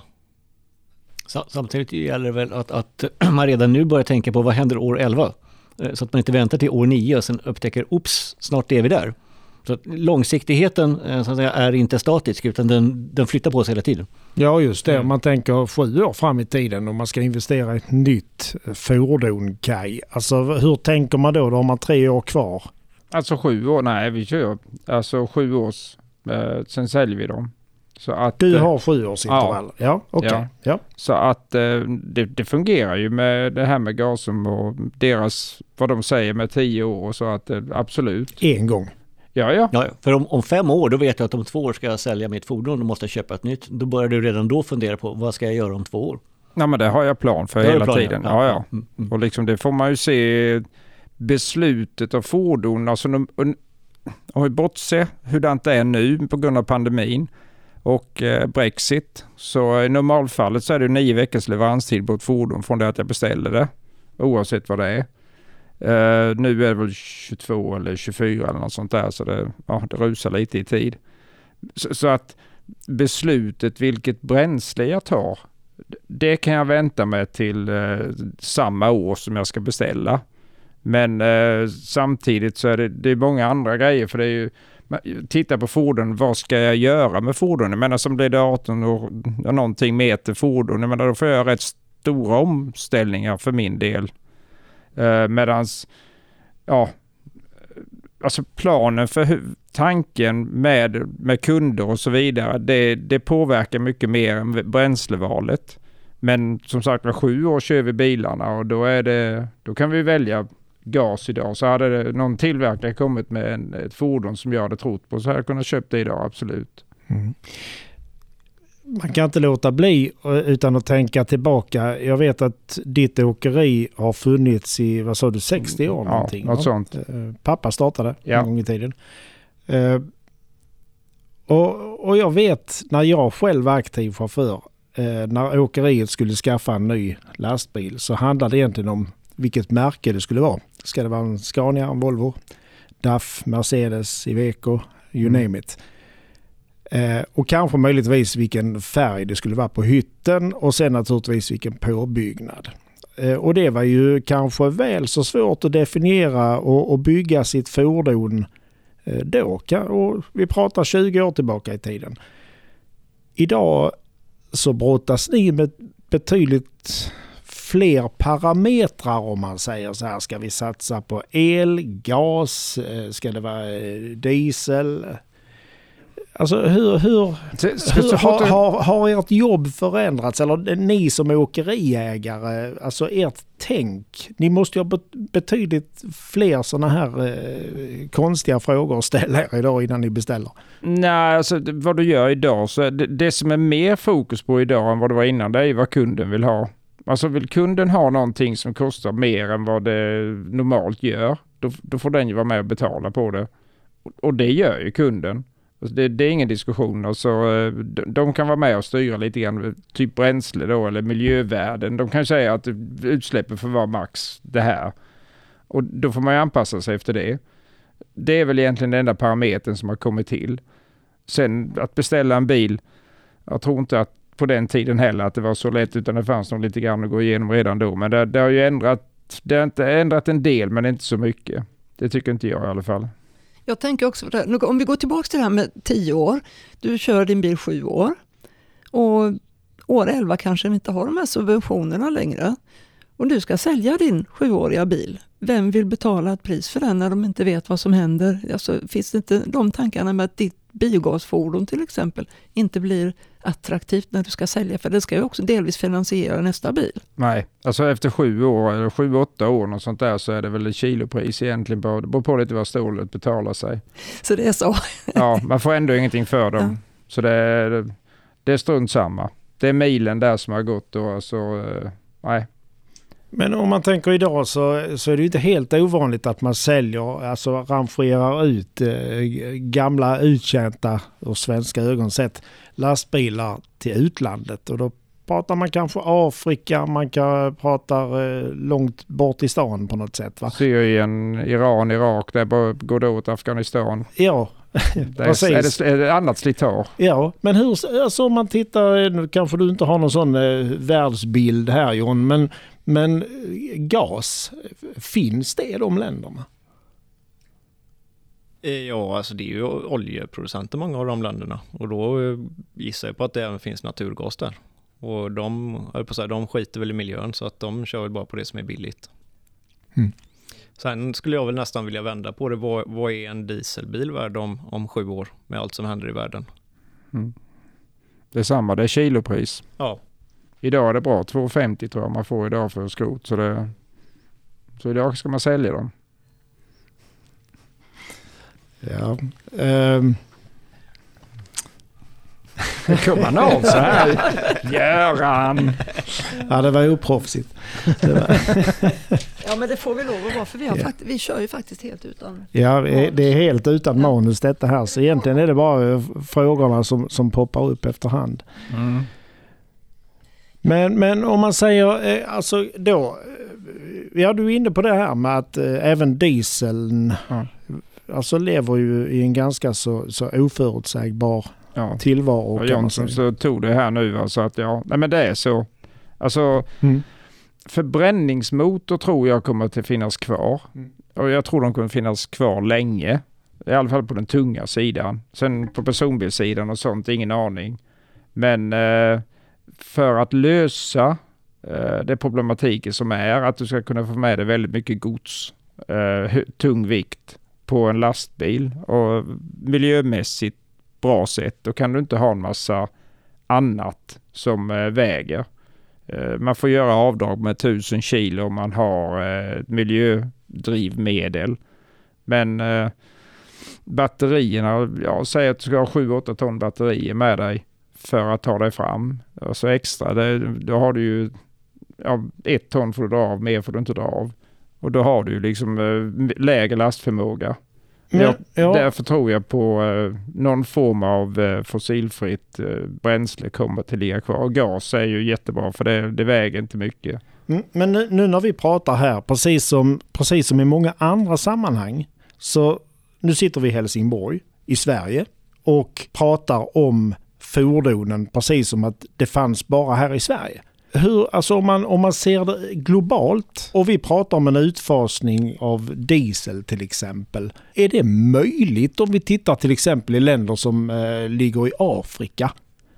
Samtidigt gäller det väl att, att man redan nu börjar tänka på vad händer år elva. Så att man inte väntar till år nio och sen upptäcker, ops, snart är vi där. Så att långsiktigheten så att säga, är inte statisk, utan den, den flyttar på sig hela tiden.
Ja, just det. Man tänker sju år fram i tiden och man ska investera i ett nytt fordon, Kaj. Alltså hur tänker man då? Då har man tre år kvar.
Alltså sju år? Nej, vi kör alltså sju års. Eh, sen säljer vi dem. Så att,
du har sju års intervall? Ja, ja okej. Okay.
Ja.
Ja.
Så att eh, det, det fungerar ju med det här med Gasum och deras, vad de säger med tio år. Så att eh, absolut.
En gång?
Ja, ja.
ja för om, om fem år, då vet jag att om två år ska jag sälja mitt fordon och måste köpa ett nytt. Då börjar du redan då fundera på vad ska jag göra om två år?
Nej, men det har jag plan för hela plan, tiden. Ja, ja.
Mm, mm.
Och liksom det får man ju se beslutet av fordon. Alltså om vi bortser hurdant det är nu på grund av pandemin och eh, Brexit, så i normalfallet så är det nio veckors leveranstid på ett fordon från det att jag beställer det, oavsett vad det är. Uh, nu är det väl tjugotvå eller tjugofyra eller något sånt där, så det, ja, det rusar lite i tid. Så, så att beslutet vilket bränsle jag tar, det kan jag vänta med till uh, samma år som jag ska beställa. Men uh, samtidigt så är det, det är många andra grejer, för det är ju, titta på fordon, vad ska jag göra med fordon? Jag menar, som blir det arton år, någonting meter fordon, jag menar, då får jag rätt stora omställningar för min del. Uh, medans, ja, alltså planen för hu- tanken med, med kunder och så vidare, det, det påverkar mycket mer än bränslevalet. Men som sagt, med sju år kör vi bilarna och då är det, då kan vi välja gas idag. Så hade det, någon tillverkare kommit med en, ett fordon som jag hade trott på, så hade jag kunnat köpa det idag, absolut.
Mm. Man kan inte låta bli utan att tänka tillbaka. Jag vet att ditt åkeri har funnits i, vad sa du, sextio år?
Ja,
någonting,
något
va?
sånt.
Pappa startade
ja.
en gång i tiden. Uh, och, och jag vet när jag själv var aktiv chaufför, uh, när åkeriet skulle skaffa en ny lastbil, så handlade det egentligen om vilket märke det skulle vara. Ska det vara en Scania, en Volvo, D A F, Mercedes, Iveco, you mm. name it. Eh, och kanske möjligtvis vilken färg det skulle vara på hytten och sen naturligtvis vilken påbyggnad. Eh, och det var ju kanske väl så svårt att definiera och, och bygga sitt fordon eh, då. Och vi pratar tjugo år tillbaka i tiden. Idag så brottas ni med betydligt fler parametrar, om man säger så här. Ska vi satsa på el, gas, eh, ska det vara diesel? Alltså hur, hur, hur har, har, har ert jobb förändrats, eller ni som åkeriägare, alltså ert tänk? Ni måste ju ha betydligt fler sådana här eh, konstiga frågor att ställa er idag innan ni beställer.
Nej, alltså vad du gör idag, så det, det som är mer fokus på idag än vad det var innan, det är vad kunden vill ha. Alltså vill kunden ha någonting som kostar mer än vad det normalt gör, då, då får den ju vara med och betala på det. Och det gör ju kunden. Det, det är ingen diskussion. Alltså, de, de kan vara med och styra lite grann, typ bränsle då, eller miljövärden. De kan säga att utsläppen får vara max det här. Och då får man ju anpassa sig efter det. Det är väl egentligen den enda parametern som har kommit till. Sen att beställa en bil, jag tror inte att på den tiden heller att det var så lätt, utan det fanns nog lite grann att gå igenom redan då. Men det, det har ju ändrat det har inte ändrat en del, men inte så mycket. Det tycker inte jag i alla fall.
Jag tänker också på det. Om vi går tillbaka till det här med tio år. Du kör din bil sju år. Och år elva kanske vi inte har de här subventionerna längre. Och du ska sälja din sjuåriga bil. Vem vill betala ett pris för den när de inte vet vad som händer? Alltså, finns det inte de tankarna med att ditt biogasfordon till exempel inte blir attraktivt när du ska sälja? För det ska ju också delvis finansiera nästa bil.
Nej, alltså efter sju år eller sju, åtta år och sånt där så är det väl ett kilopris egentligen på. Det beror på lite vad stålet betalar sig.
Så det är så?
Ja, man får ändå ingenting för dem. Ja. Så det är, det är strunt samma. Det är milen där som har gått då, så nej.
Men om man tänker idag så, så är det ju inte helt ovanligt att man säljer, alltså rangerar ut eh, gamla uttjänta och svenska ögon sett lastbilar till utlandet. Och då pratar man kanske Afrika, man kan prata eh, långt bort i stan på något sätt. Va?
Syrien, Iran, Irak, där går det åt Afghanistan.
Ja,
det är, precis. Är det, är det annat slitage?
Ja, men hur, alltså om man tittar, nu kanske du inte har någon sån eh, världsbild här John, men Men gas, finns det i de länderna?
Ja, alltså det är ju oljeproducenter många av de länderna. Och då gissar jag på att det även finns naturgas där. Och de, jag på att säga, de skiter väl i miljön så att de kör väl bara på det som är billigt. Mm. Sen skulle jag väl nästan vilja vända på det. Vad, vad är en dieselbil värd om, om sju år med allt som händer i världen?
Mm. Det är samma, det är kilopris.
Ja.
Idag är det bra, två femtio tror jag man får idag för skrot. Så, det, så idag ska man sälja dem.
Ja. Um.
Kommer man av så här? Göran!
Ja, det var oproffsigt. Det var.
Ja, men det får vi lov att vara, för vi, har ja. fakt- vi kör ju faktiskt helt utan
Ja, det är helt utan manus detta här. Så egentligen är det bara frågorna som, som poppar upp efterhand. Mm. Men, men om man säger, alltså då, ja du är inne på det här med att eh, även dieseln mm. alltså lever ju i en ganska så, så oförutsägbar ja. tillvaro.
Och Jansson så tog det här nu alltså att ja, nej men det är så. Alltså mm. förbränningsmotor tror jag kommer att finnas kvar. Mm. Och jag tror de kommer finnas kvar länge. I alla fall på den tunga sidan. Sen på personbilsidan och sånt, ingen aning. Men eh, för att lösa eh, det problematiken som är att du ska kunna få med dig väldigt mycket gods, eh, tung vikt på en lastbil och miljömässigt bra sätt, då kan du inte ha en massa annat som eh, väger. Eh, man får göra avdrag med tusen kilo om man har eh, miljödrivmedel. Men eh, batterierna, jag säger att du ska ha sju åtta ton batterier med dig för att ta dig fram. Alltså extra, det, då har du ju ja, ett ton får du dra av, mer får du inte dra av. Och då har du ju liksom eh, lägre lastförmåga. Men, jag, ja. Därför tror jag på eh, någon form av eh, fossilfritt eh, bränsle kommer till ligga kvar. Och gas är ju jättebra för det, det väger inte mycket.
Mm, men nu, nu när vi pratar här, precis som, precis som i många andra sammanhang, så nu sitter vi i Helsingborg i Sverige och pratar om fordonen precis som att det fanns bara här i Sverige. Hur, alltså om man, om man ser det globalt och vi pratar om en utfasning av diesel till exempel. Är det möjligt om vi tittar till exempel i länder som eh, ligger i Afrika?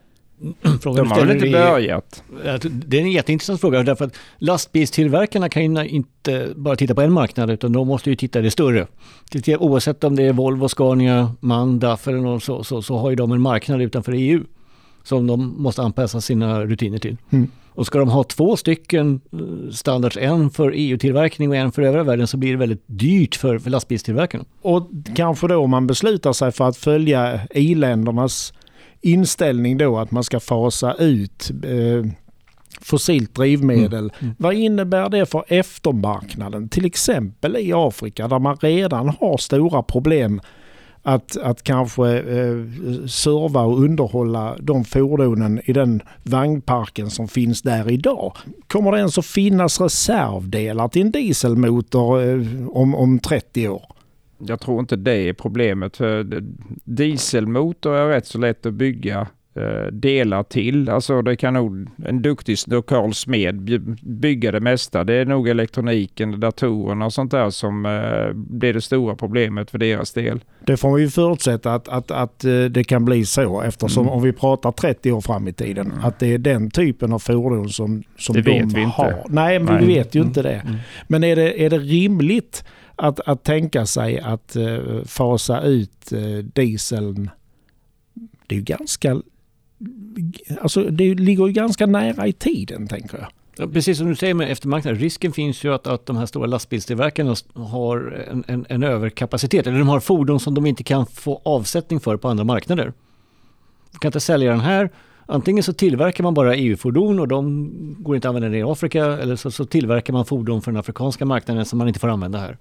De har väl inte börjat?
Det är en jätteintressant fråga därför att lastbilstillverkarna kan ju inte bara titta på en marknad utan de måste ju titta det större. Oavsett om det är Volvo, Scania, MAN, D A F eller något så, så, så har ju de en marknad utanför E U som de måste anpassa sina rutiner till. Mm. Och ska de ha två stycken standards, en för E U-tillverkning och en för övriga världen, så blir det väldigt dyrt för, för lastbilstillverkarna.
Och kanske då om man beslutar sig för att följa i-ländernas inställning då att man ska fasa ut eh, fossilt drivmedel. Mm. Mm. Vad innebär det för eftermarknaden? Till exempel i Afrika där man redan har stora problem att, att kanske eh, serva och underhålla de fordonen i den vagnparken som finns där idag. Kommer det ens att finnas reservdelar till en dieselmotor eh, om, om trettio år?
Jag tror inte det är problemet. För dieselmotor är rätt så lätt att bygga delar till. Alltså det kan nog en duktig lokal smed bygga det mesta. Det är nog elektroniken, datorerna och sånt där som eh, blir det stora problemet för deras del.
Det får vi ju förutsätta att, att, att det kan bli så, eftersom mm. om vi pratar trettio år fram i tiden, mm. att det är den typen av fordon som, som
det
de
vet vi
har.
Inte.
Nej, men
Nej.
vi vet ju
mm.
inte det.
Mm.
Men är det, är det rimligt att, att tänka sig att uh, fasa ut uh, dieseln? Det är ju ganska, alltså det ligger ju ganska nära i tiden, tänker jag.
Ja, precis som du säger med eftermarknaden, risken finns ju att, att de här stora lastbilstillverkarna har en, en, en överkapacitet, eller de har fordon som de inte kan få avsättning för på andra marknader. De kan inte sälja den här. Antingen så tillverkar man bara E U-fordon och de går inte att använda det i Afrika, eller så, så tillverkar man fordon för den afrikanska marknaden som man inte får använda här.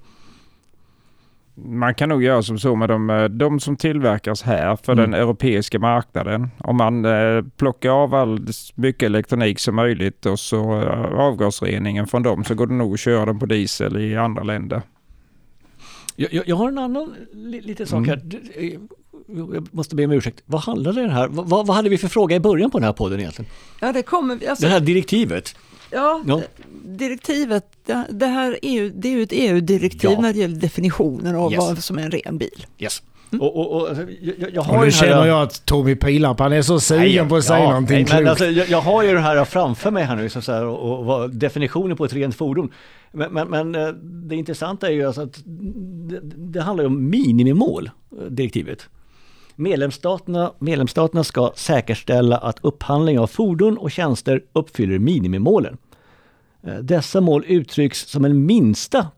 Man kan nog göra som så med de, de som tillverkas här för mm. den europeiska marknaden. Om man eh, plockar av all mycket elektronik som möjligt och så eh, avgasreningen från dem, så går det nog att köra dem på diesel i andra länder.
Jag, jag, jag har en annan liten sak här. Mm. Jag måste be om ursäkt. Vad handlade det här? Vad, vad hade vi för fråga i början på den här podden egentligen?
Ja, det kommer... Alltså,
det här direktivet.
Ja, ja. direktivet, det, det här är ju, det är ju ett E U-direktiv ja. när det gäller definitioner av yes. vad som är en ren bil.
Yes. Mm. Och, och, och, jag, jag har
och nu känner
här,
jag att Tommy Pilarp, han är så sugen på att säga
ja,
någonting
nej, men
klokt.
alltså, jag, jag har ju det här framför mig här nu, så här, och, och vad definitionen på ett rent fordon. Men, men, men det intressanta är ju alltså att det, det handlar ju om minimimål, direktivet. Medlemsstaterna, medlemsstaterna ska säkerställa att upphandling av fordon och tjänster uppfyller minimimålen. Dessa mål uttrycks som en minsta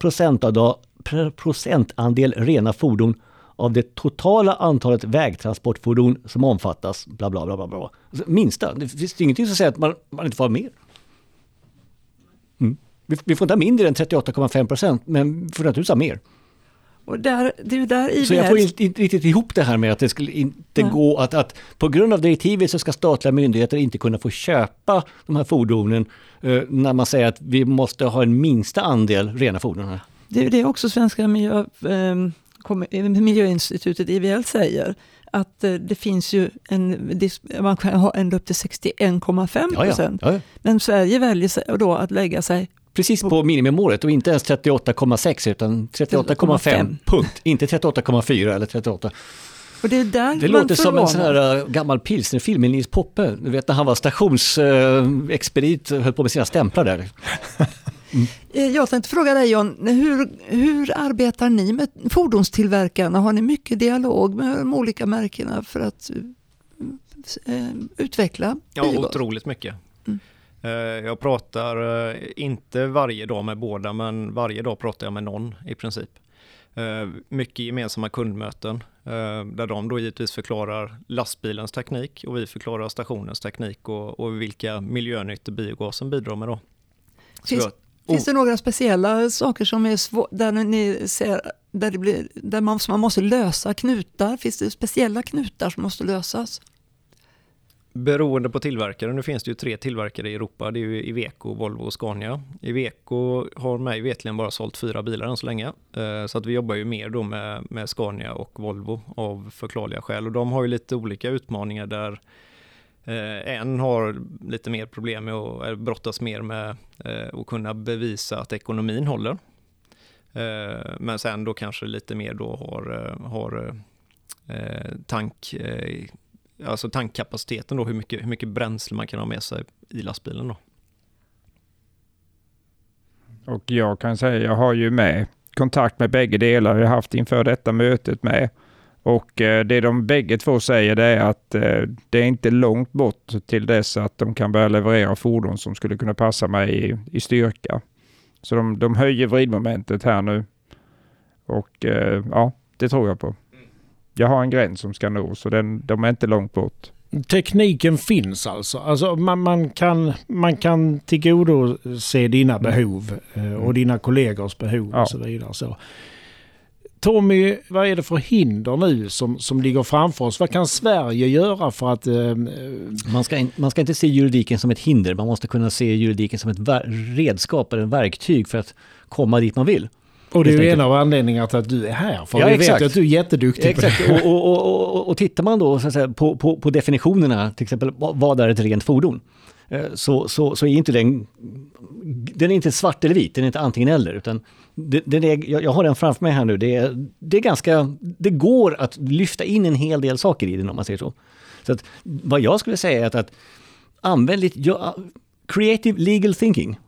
procentandel rena fordon av det totala antalet vägtransportfordon som omfattas. Bla bla bla bla bla. Alltså, minsta. Det finns ingenting som säger att man, man inte får ha mer. Mm. Vi, vi får inte ha mindre än trettioåtta komma fem procent, men vi får naturligtvis ha mer.
Och där, det är ju där I B S...
Så jag får inte, inte riktigt ihop det här med att det skulle inte ja. gå att, att på grund av direktivet så ska statliga myndigheter inte kunna få köpa de här fordonen eh, när man säger att vi måste ha en minsta andel rena fordon här.
Det är det också Svenska miljö, eh, miljöinstitutet I V L säger, att eh, det finns ju en, man kan ha ända upp till sextioen komma fem procent. Ja, ja. Ja, ja. Men Sverige väljer då att lägga sig
precis på minimimålet och inte ens trettioåtta komma sex utan trettioåtta komma fem punkt, inte trettioåtta komma fyra eller trettioåtta.
Och det är där
det låter som en sån här gammal pilsnerfilm med Nils Poppe. Du vet när han var stationsexpedit och höll på med sina stämplar där.
Mm. Jag tänkte fråga dig John, hur, hur arbetar ni med fordonstillverkarna? Har ni mycket dialog med de olika märkena för att äh, utveckla biogas?
Ja, otroligt mycket. Mm. Jag pratar inte varje dag med båda, men varje dag pratar jag med någon i princip. Mycket gemensamma kundmöten där de då givetvis förklarar lastbilens teknik och vi förklarar stationens teknik och, och vilka miljönyttor biogasen bidrar med då.
Finns, jag, oh. finns det några speciella saker som är svår, där ni ser där det blir, där man, man måste lösa knutar? Finns det speciella knutar som måste lösas?
Beroende på tillverkare. Nu finns det ju tre tillverkare i Europa. Det är ju Iveco, Volvo och Scania. Iveco har mig vetligen bara sålt fyra bilar än så länge. Så att vi jobbar ju mer då med, med Scania och Volvo av förklarliga skäl. Och de har ju lite olika utmaningar där en har lite mer problem med att brottas mer med att kunna bevisa att ekonomin håller. Men sen då kanske lite mer då har, har tank... Alltså tankkapaciteten då, hur mycket, hur mycket bränsle man kan ha med sig i lastbilen då.
Och jag kan säga, jag har ju med kontakt med bägge delar jag har haft inför detta mötet med. Och eh, det de bägge två säger det är att eh, det är inte långt bort till dess att de kan börja leverera fordon som skulle kunna passa mig i, i styrka. Så de, de höjer vridmomentet här nu. Och eh, ja, det tror jag på. Jag har en gräns som ska nå, så den, de är inte långt bort.
Tekniken finns alltså. alltså man, man, kan, man kan tillgodose dina behov eh, och dina kollegors behov ja. och så vidare. Så. Tommy, vad är det för hinder nu som, som ligger framför oss? Vad kan Sverige göra för att... Eh,
man, ska in, man ska inte se juridiken som ett hinder. Man måste kunna se juridiken som ett ver- redskap eller ett verktyg för att komma dit man vill.
Och det är ju en av anledningarna till att du är här. För
ja,
vi
exakt.
vet ju att du är jätteduktig
exakt. på det. Och, och, och, och, och tittar man då så att säga, på, på, på definitionerna, till exempel vad är ett rent fordon? Så, så, så är inte den, den är inte svart eller vit, den är inte antingen eller, utan den är, jag, jag har den framför mig här nu, det är, det är ganska, det går att lyfta in en hel del saker i den om man säger så. Så att vad jag skulle säga är att, att använd lite, ja, creative legal thinking.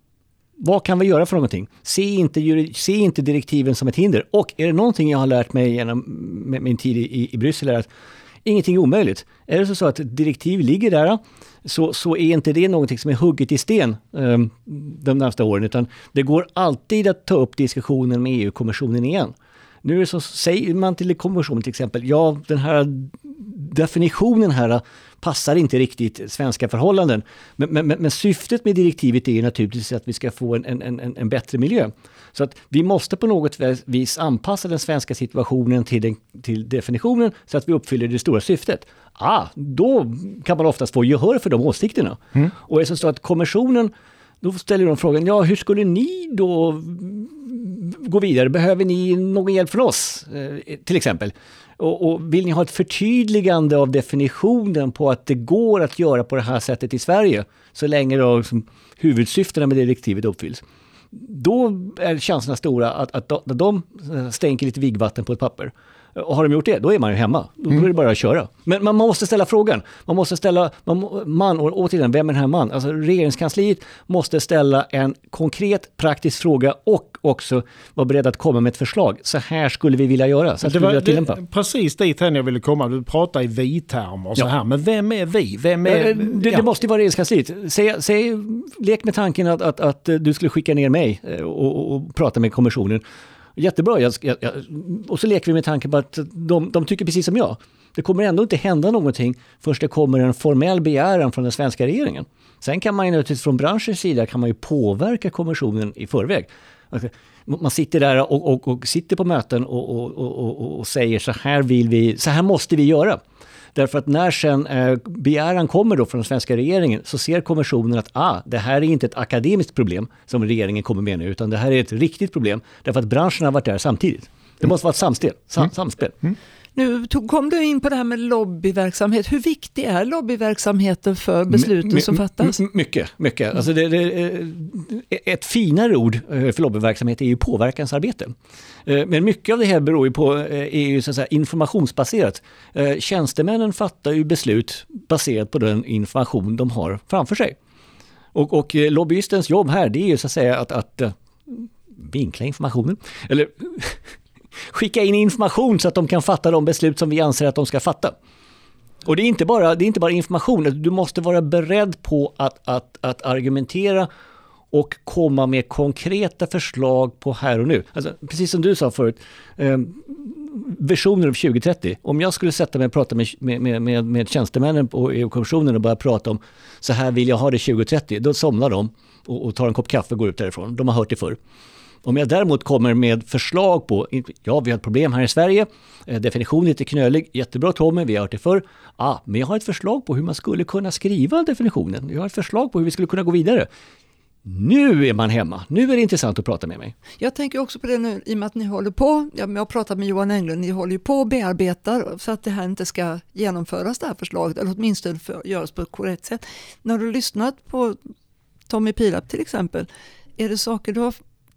Vad kan vi göra för någonting? Se inte, se inte direktiven som ett hinder. Och är det någonting jag har lärt mig genom min tid i, i Bryssel är att ingenting är omöjligt. Är det så, så att direktiv ligger där så, så är inte det någonting som är hugget i sten um, de närmaste åren, utan det går alltid att ta upp diskussionen med E U-kommissionen igen. Nu är det så, säger man till kommissionen till exempel, ja den här definitionen här passar inte riktigt svenska förhållanden. Men, men, men syftet med direktivet är ju naturligtvis att vi ska få en, en, en, en bättre miljö. Så att vi måste på något vis anpassa den svenska situationen till, den, till definitionen så att vi uppfyller det stora syftet. Ah, då kan man oftast få gehör för de åsikterna. Mm. Och är det så att kommissionen, då ställer de frågan, ja hur skulle ni då gå vidare? Behöver ni någon hjälp från oss eh, till exempel? Och, och vill ni ha ett förtydligande av definitionen på att det går att göra på det här sättet i Sverige så länge då, liksom, huvudsyftena med direktivet uppfylls? Då är chanserna stora att, att, att de stänker lite vigvatten på ett papper. Och har de gjort det, då är man ju hemma. Då är det bara att köra. Men man måste ställa frågan. Man måste ställa, man, man och återigen, vem är den här man? Alltså regeringskansliet måste ställa en konkret, praktisk fråga och också vara beredd att komma med ett förslag. Så här skulle vi vilja göra. Så här skulle vi vilja tillämpa.
Det, precis dit här jag ville komma. Du pratar i vi-termer och så ja. här. Men vem är vi? Vem är,
ja, det, ja. det måste ju vara regeringskansliet. Säg, säg, lek med tanken att, att, att du skulle skicka ner mig och, och, och prata med kommissionen. Jättebra. Jag, jag, jag, och så leker vi med tanken på att de, de tycker precis som jag. Det kommer ändå inte hända någonting först det kommer en formell begäran från den svenska regeringen. Sen kan man ju naturligtvis från branschens sida kan man ju påverka kommissionen i förväg. Man sitter där och, och, och sitter på möten och, och, och, och säger så här vill vi, så här måste vi göra. Därför att när sen eh, begäran kommer då från den svenska regeringen så ser kommissionen att ah, det här är inte ett akademiskt problem som regeringen kommer med nu, utan det här är ett riktigt problem därför att branschen har varit där samtidigt. Det måste vara ett samspel. Sam, mm. samspel. Mm.
Nu tog, kom du in på det här med lobbyverksamhet. Hur viktig är lobbyverksamheten för besluten my, som fattas?
My, mycket, mycket. Alltså det, det, ett finare ord för lobbyverksamhet är ju påverkansarbete. Men mycket av det här beror ju på är ju så att säga informationsbaserat. Tjänstemännen fattar ju beslut baserat på den information de har framför sig. Och, och lobbyistens jobb här, det är ju så att säga att, att vinkla informationen. Eller skicka in information så att de kan fatta de beslut som vi anser att de ska fatta. Och det är inte bara, det är inte bara information. Du måste vara beredd på att, att, att argumentera och komma med konkreta förslag på här och nu. Alltså, precis som du sa förut, eh, versioner av tjugo trettio. Om jag skulle sätta mig och prata med, med, med, med tjänstemännen på E U-kommissionen och börja prata om så här vill jag ha det tjugo trettio, då somnar de och, och tar en kopp kaffe och går ut därifrån. De har hört det förr. Om jag däremot kommer med förslag på, ja vi har ett problem här i Sverige, definitionen är lite knölig, jättebra Tommy, vi har hört det förr. Ah, men jag har ett förslag på hur man skulle kunna skriva definitionen. Jag har ett förslag på hur vi skulle kunna gå vidare. Nu är man hemma. Nu är det intressant att prata med mig.
Jag tänker också på det nu, i och med att ni håller på, jag har pratat med Johan Englund, ni håller ju på och bearbetar så att det här inte ska genomföras det här förslaget, eller åtminstone för, göras på ett korrekt sätt. När du har lyssnat på Tommy Pilap till exempel, är det saker du har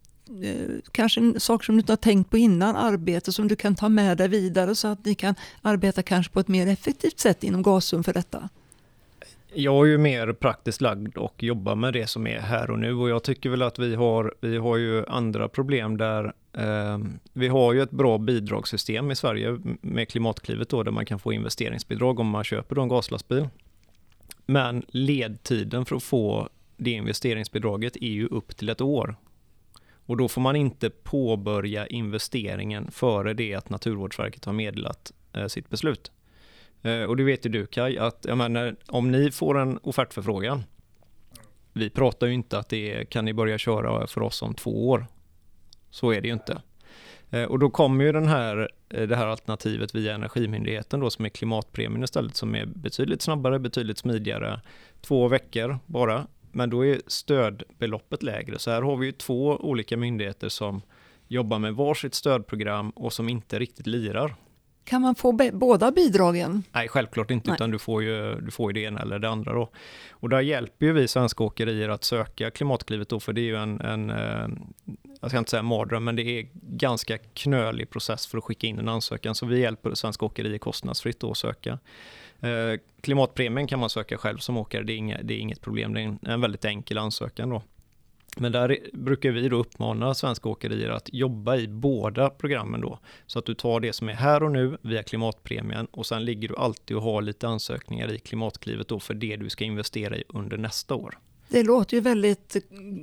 kanske saker som du inte har tänkt på innan, arbete som du kan ta med dig vidare så att ni kan arbeta kanske på ett mer effektivt sätt inom Gasum för detta?
Jag är ju mer praktiskt lagd och jobbar med det som är här och nu, och jag tycker väl att vi har, vi har ju andra problem där eh, vi har ju ett bra bidragssystem i Sverige med Klimatklivet då, där man kan få investeringsbidrag om man köper då en gaslastbil. Men ledtiden för att få det investeringsbidraget är ju upp till ett år. Och då får man inte påbörja investeringen före det att Naturvårdsverket har meddelat eh, sitt beslut. Eh, och det vet ju du Kaj, att jag menar, om ni får en offertförfrågan, vi pratar ju inte att det kan ni börja köra för oss om två år. Så är det ju inte. Eh, och då kommer ju den här, det här alternativet via Energimyndigheten då, som är klimatpremien istället, som är betydligt snabbare, betydligt smidigare, två veckor bara. Men då är stödbeloppet lägre. Så här har vi ju två olika myndigheter som jobbar med varsitt stödprogram och som inte riktigt lirar.
Kan man få be- båda bidragen?
Nej, självklart inte,
Nej.
utan du får, ju, du får ju det ena eller det andra då. Och där hjälper ju vi svenska åkerier att söka Klimatklivet då, för det är ju en, en eh, jag ska inte säga mardröm, men det är ganska knölig process för att skicka in en ansökan. Så vi hjälper svenska åkerier kostnadsfritt då att söka. Eh, klimatpremien kan man söka själv som åkare, det är, inga, det är inget problem, det är en, en väldigt enkel ansökan då. Men där brukar vi då uppmana svenska åkerier att jobba i båda programmen då. Så att du tar det som är här och nu via klimatpremien och sen ligger du alltid och har lite ansökningar i Klimatklivet då för det du ska investera i under nästa år.
Det låter ju väldigt,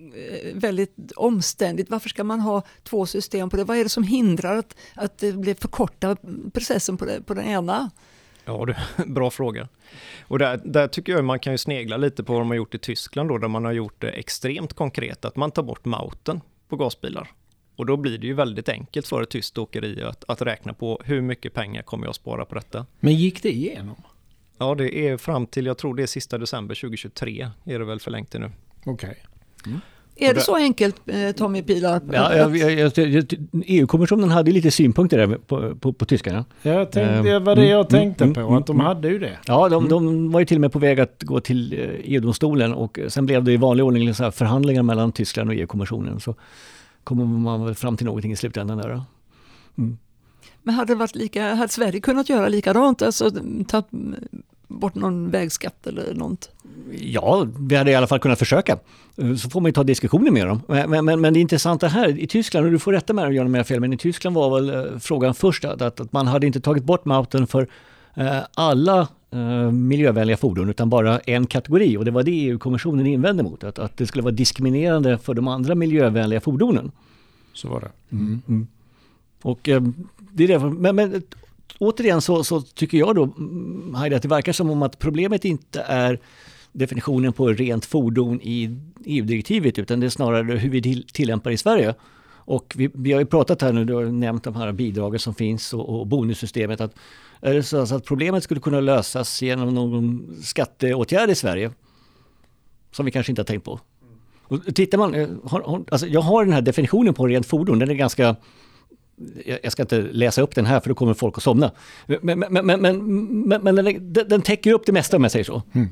väldigt omständigt. Varför ska man ha två system på det? Vad är det som hindrar att, att det blir förkorta processen på, det, på den ena?
Ja, det, bra fråga. Och där, där tycker jag man kan ju snegla lite på vad de har gjort i Tyskland då, där man har gjort det extremt konkret, att man tar bort mauten på gasbilar. Och då blir det ju väldigt enkelt för ett tyskt åkeri att, att räkna på hur mycket pengar kommer jag spara på detta.
Men gick det igenom?
Ja, det är fram till, jag tror det är sista december tjugohundratjugotre är det väl förlängt till nu.
Okej. Okay. Mm.
Är det så enkelt, Tommy Pilar?
Ja, jag, jag, jag, E U-kommissionen hade lite synpunkter där på, på, på tyskarna.
Jag tänkte, det var det jag tänkte mm, på, mm, att de hade ju det.
Ja, de, de var ju till och med på väg att gå till E U-domstolen och sen blev det i vanlig ordning så här förhandlingar mellan Tyskland och E U-kommissionen. Så kommer man väl fram till någonting i slutändan där. Mm.
Men hade det varit lika, hade Sverige kunnat göra likadant? Alltså ta bort någon vägskatt eller något?
Ja, vi hade i alla fall kunnat försöka. Så får man ju ta diskussioner med dem. Men, men, men det intressanta här, i Tyskland, och du får rätta med att göra mer fel, men i Tyskland var väl eh, frågan först att, att man hade inte tagit bort mauten för eh, alla eh, miljövänliga fordon, utan bara en kategori. Och det var det E U-kommissionen invände mot, att, att det skulle vara diskriminerande för de andra miljövänliga fordonen.
Så var det.
Mm. Mm. Och eh, det är det. Men, men återigen så, så tycker jag då, Heidi, att det verkar som om att problemet inte är definitionen på rent fordon i E U-direktivet, utan det är snarare hur vi till, tillämpar i Sverige. Och vi, vi har ju pratat här nu, du har nämnt de här bidragen som finns och, och bonussystemet. Att, är det så att problemet skulle kunna lösas genom någon skatteåtgärd i Sverige som vi kanske inte har tänkt på? Och tittar man, har, har, alltså jag har den här definitionen på rent fordon, den är ganska... Jag ska inte läsa upp den här för då kommer folk att somna. Men, men, men, men, men, men den, den täcker upp det mesta om jag säger så. Mm.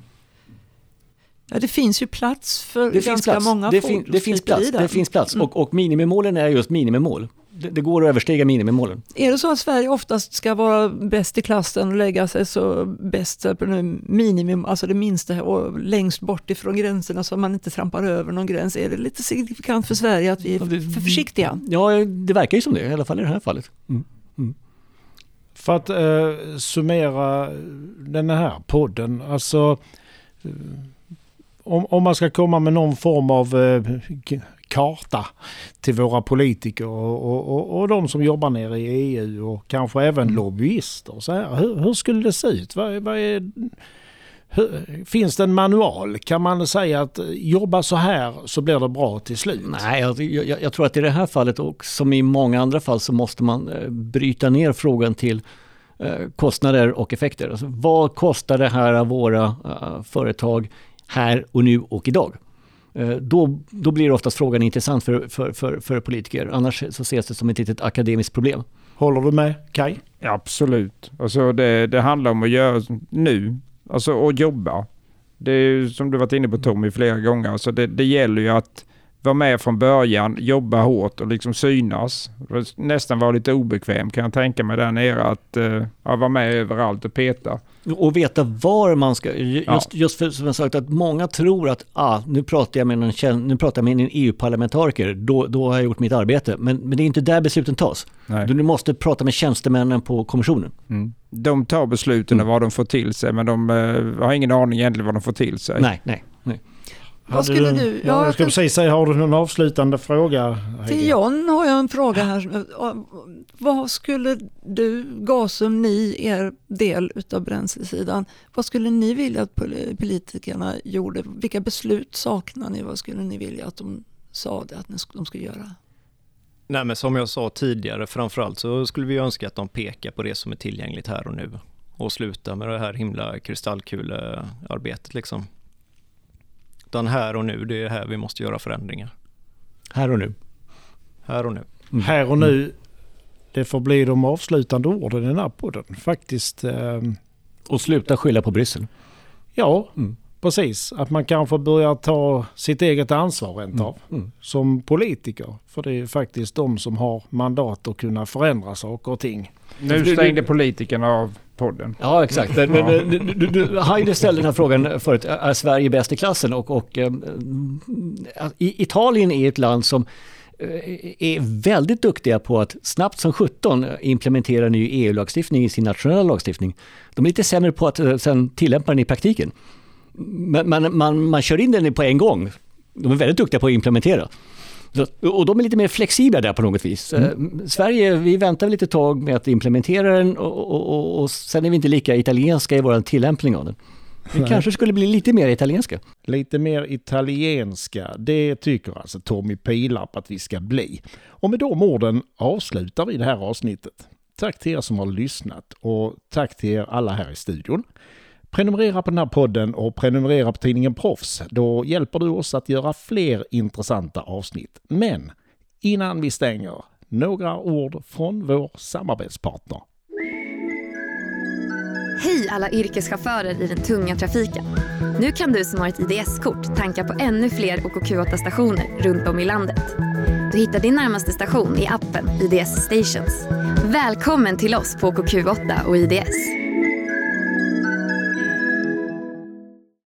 Ja, det finns ju plats för
det
ganska
plats.
många
det, fin, det finns plats. Det finns plats. Mm. Och, och minimimålen är just minimimål. Det, det går att överstiga minimimålen.
Är det så att Sverige oftast ska vara bäst i klassen och lägga sig så bäst på minimum, alltså det minsta och längst bort ifrån gränserna så man inte trampar över någon gräns? Är det lite signifikant för Sverige att vi är för försiktiga?
Ja, det verkar ju som det, i alla fall i det här fallet. Mm. Mm.
För att eh, summera den här podden, alltså eh, om, om man ska komma med någon form av eh, karta till våra politiker och, och, och, och de som jobbar nere i E U och kanske även mm. lobbyister. Så här, hur, hur skulle det se ut? Vad, vad är, hur, finns det en manual? Kan man säga att jobba så här så blir det bra till slut?
Nej, jag, jag, jag tror att i det här fallet och som i många andra fall så måste man eh, bryta ner frågan till eh, kostnader och effekter. Alltså, vad kostar det här av våra eh, företag här och nu och idag? Då, då blir oftast frågan intressant för, för, för, för politiker. Annars så ses det som ett litet akademiskt problem.
Håller du med, Kai?
Ja, absolut. Alltså det, det handlar om att göra nu. Alltså att jobba. Det är ju som du varit inne på Tommy flera gånger. Alltså det, det gäller ju att vara med från början, jobba hårt och liksom synas. Nästan vara lite obekväm kan jag tänka mig där nere att uh, vara med överallt och peta.
Och veta var man ska, just, ja. just för som jag sagt att många tror att ah, nu pratar jag med en, nu pratar jag med en E U-parlamentariker, då, då har jag gjort mitt arbete. Men, men det är inte där besluten tas. Nej. Du måste prata med tjänstemännen på kommissionen. Mm.
De tar besluten
mm.
och vad de får till sig, men de uh, har ingen aning egentligen vad de får till sig.
Nej, nej, nej.
Vad skulle du...
du ja, jag ska precis säga, har du någon avslutande fråga?
Till John har jag en fråga här. Vad skulle du, Gasum, ni, er del utav bränslesidan, vad skulle ni vilja att politikerna gjorde? Vilka beslut saknar ni? Vad skulle ni vilja att de sa det att de skulle göra?
Nej, men som jag sa tidigare, framförallt så skulle vi önska att de pekar på det som är tillgängligt här och nu. Och sluta med det här himla kristallkulearbetet liksom. Utan här och nu, det är här vi måste göra förändringar.
Här och nu.
Här och nu.
Mm. Här och nu, det får bli de avslutande orden i den här podden. Faktiskt. Eh,
och sluta skylla på Bryssel.
Ja, mm. precis. Att man kanske börjar ta sitt eget ansvar rent av. Mm. Mm. Som politiker. För det är faktiskt de som har mandat att kunna förändra saker och ting.
Nu stängde politikerna av podden.
Ja, exakt. Men, ja. Du, du, du, Heidi ställde den här frågan förut. Är Sverige bäst i klassen? Och, och äh, Italien är ett land som är väldigt duktiga på att snabbt som sjutton implementera ny E U-lagstiftning i sin nationella lagstiftning. De är lite sämre på att sen tillämpa den i praktiken. Men man, man, man kör in den på en gång. De är väldigt duktiga på att implementera. Så, och de är lite mer flexibla där på något vis. Mm. Sverige, vi väntar lite tag med att implementera den och, och, och, och sen är vi inte lika italienska i vår tillämpning av den. Vi Nej. kanske skulle bli lite mer italienska.
Lite mer italienska, det tycker alltså Tommy Pilarp att vi ska bli. Och med de orden avslutar vi det här avsnittet. Tack till er som har lyssnat och tack till er alla här i studion. Prenumerera på den här podden och prenumerera på tidningen Proffs. Då hjälper du oss att göra fler intressanta avsnitt. Men innan vi stänger, några ord från vår samarbetspartner.
Hej alla yrkeschaufförer i den tunga trafiken. Nu kan du som har ett I D S-kort tanka på ännu fler O K Q åtta-stationer runt om i landet. Du hittar din närmaste station i appen I D S Stations. Välkommen till oss på O K Q åtta och I D S.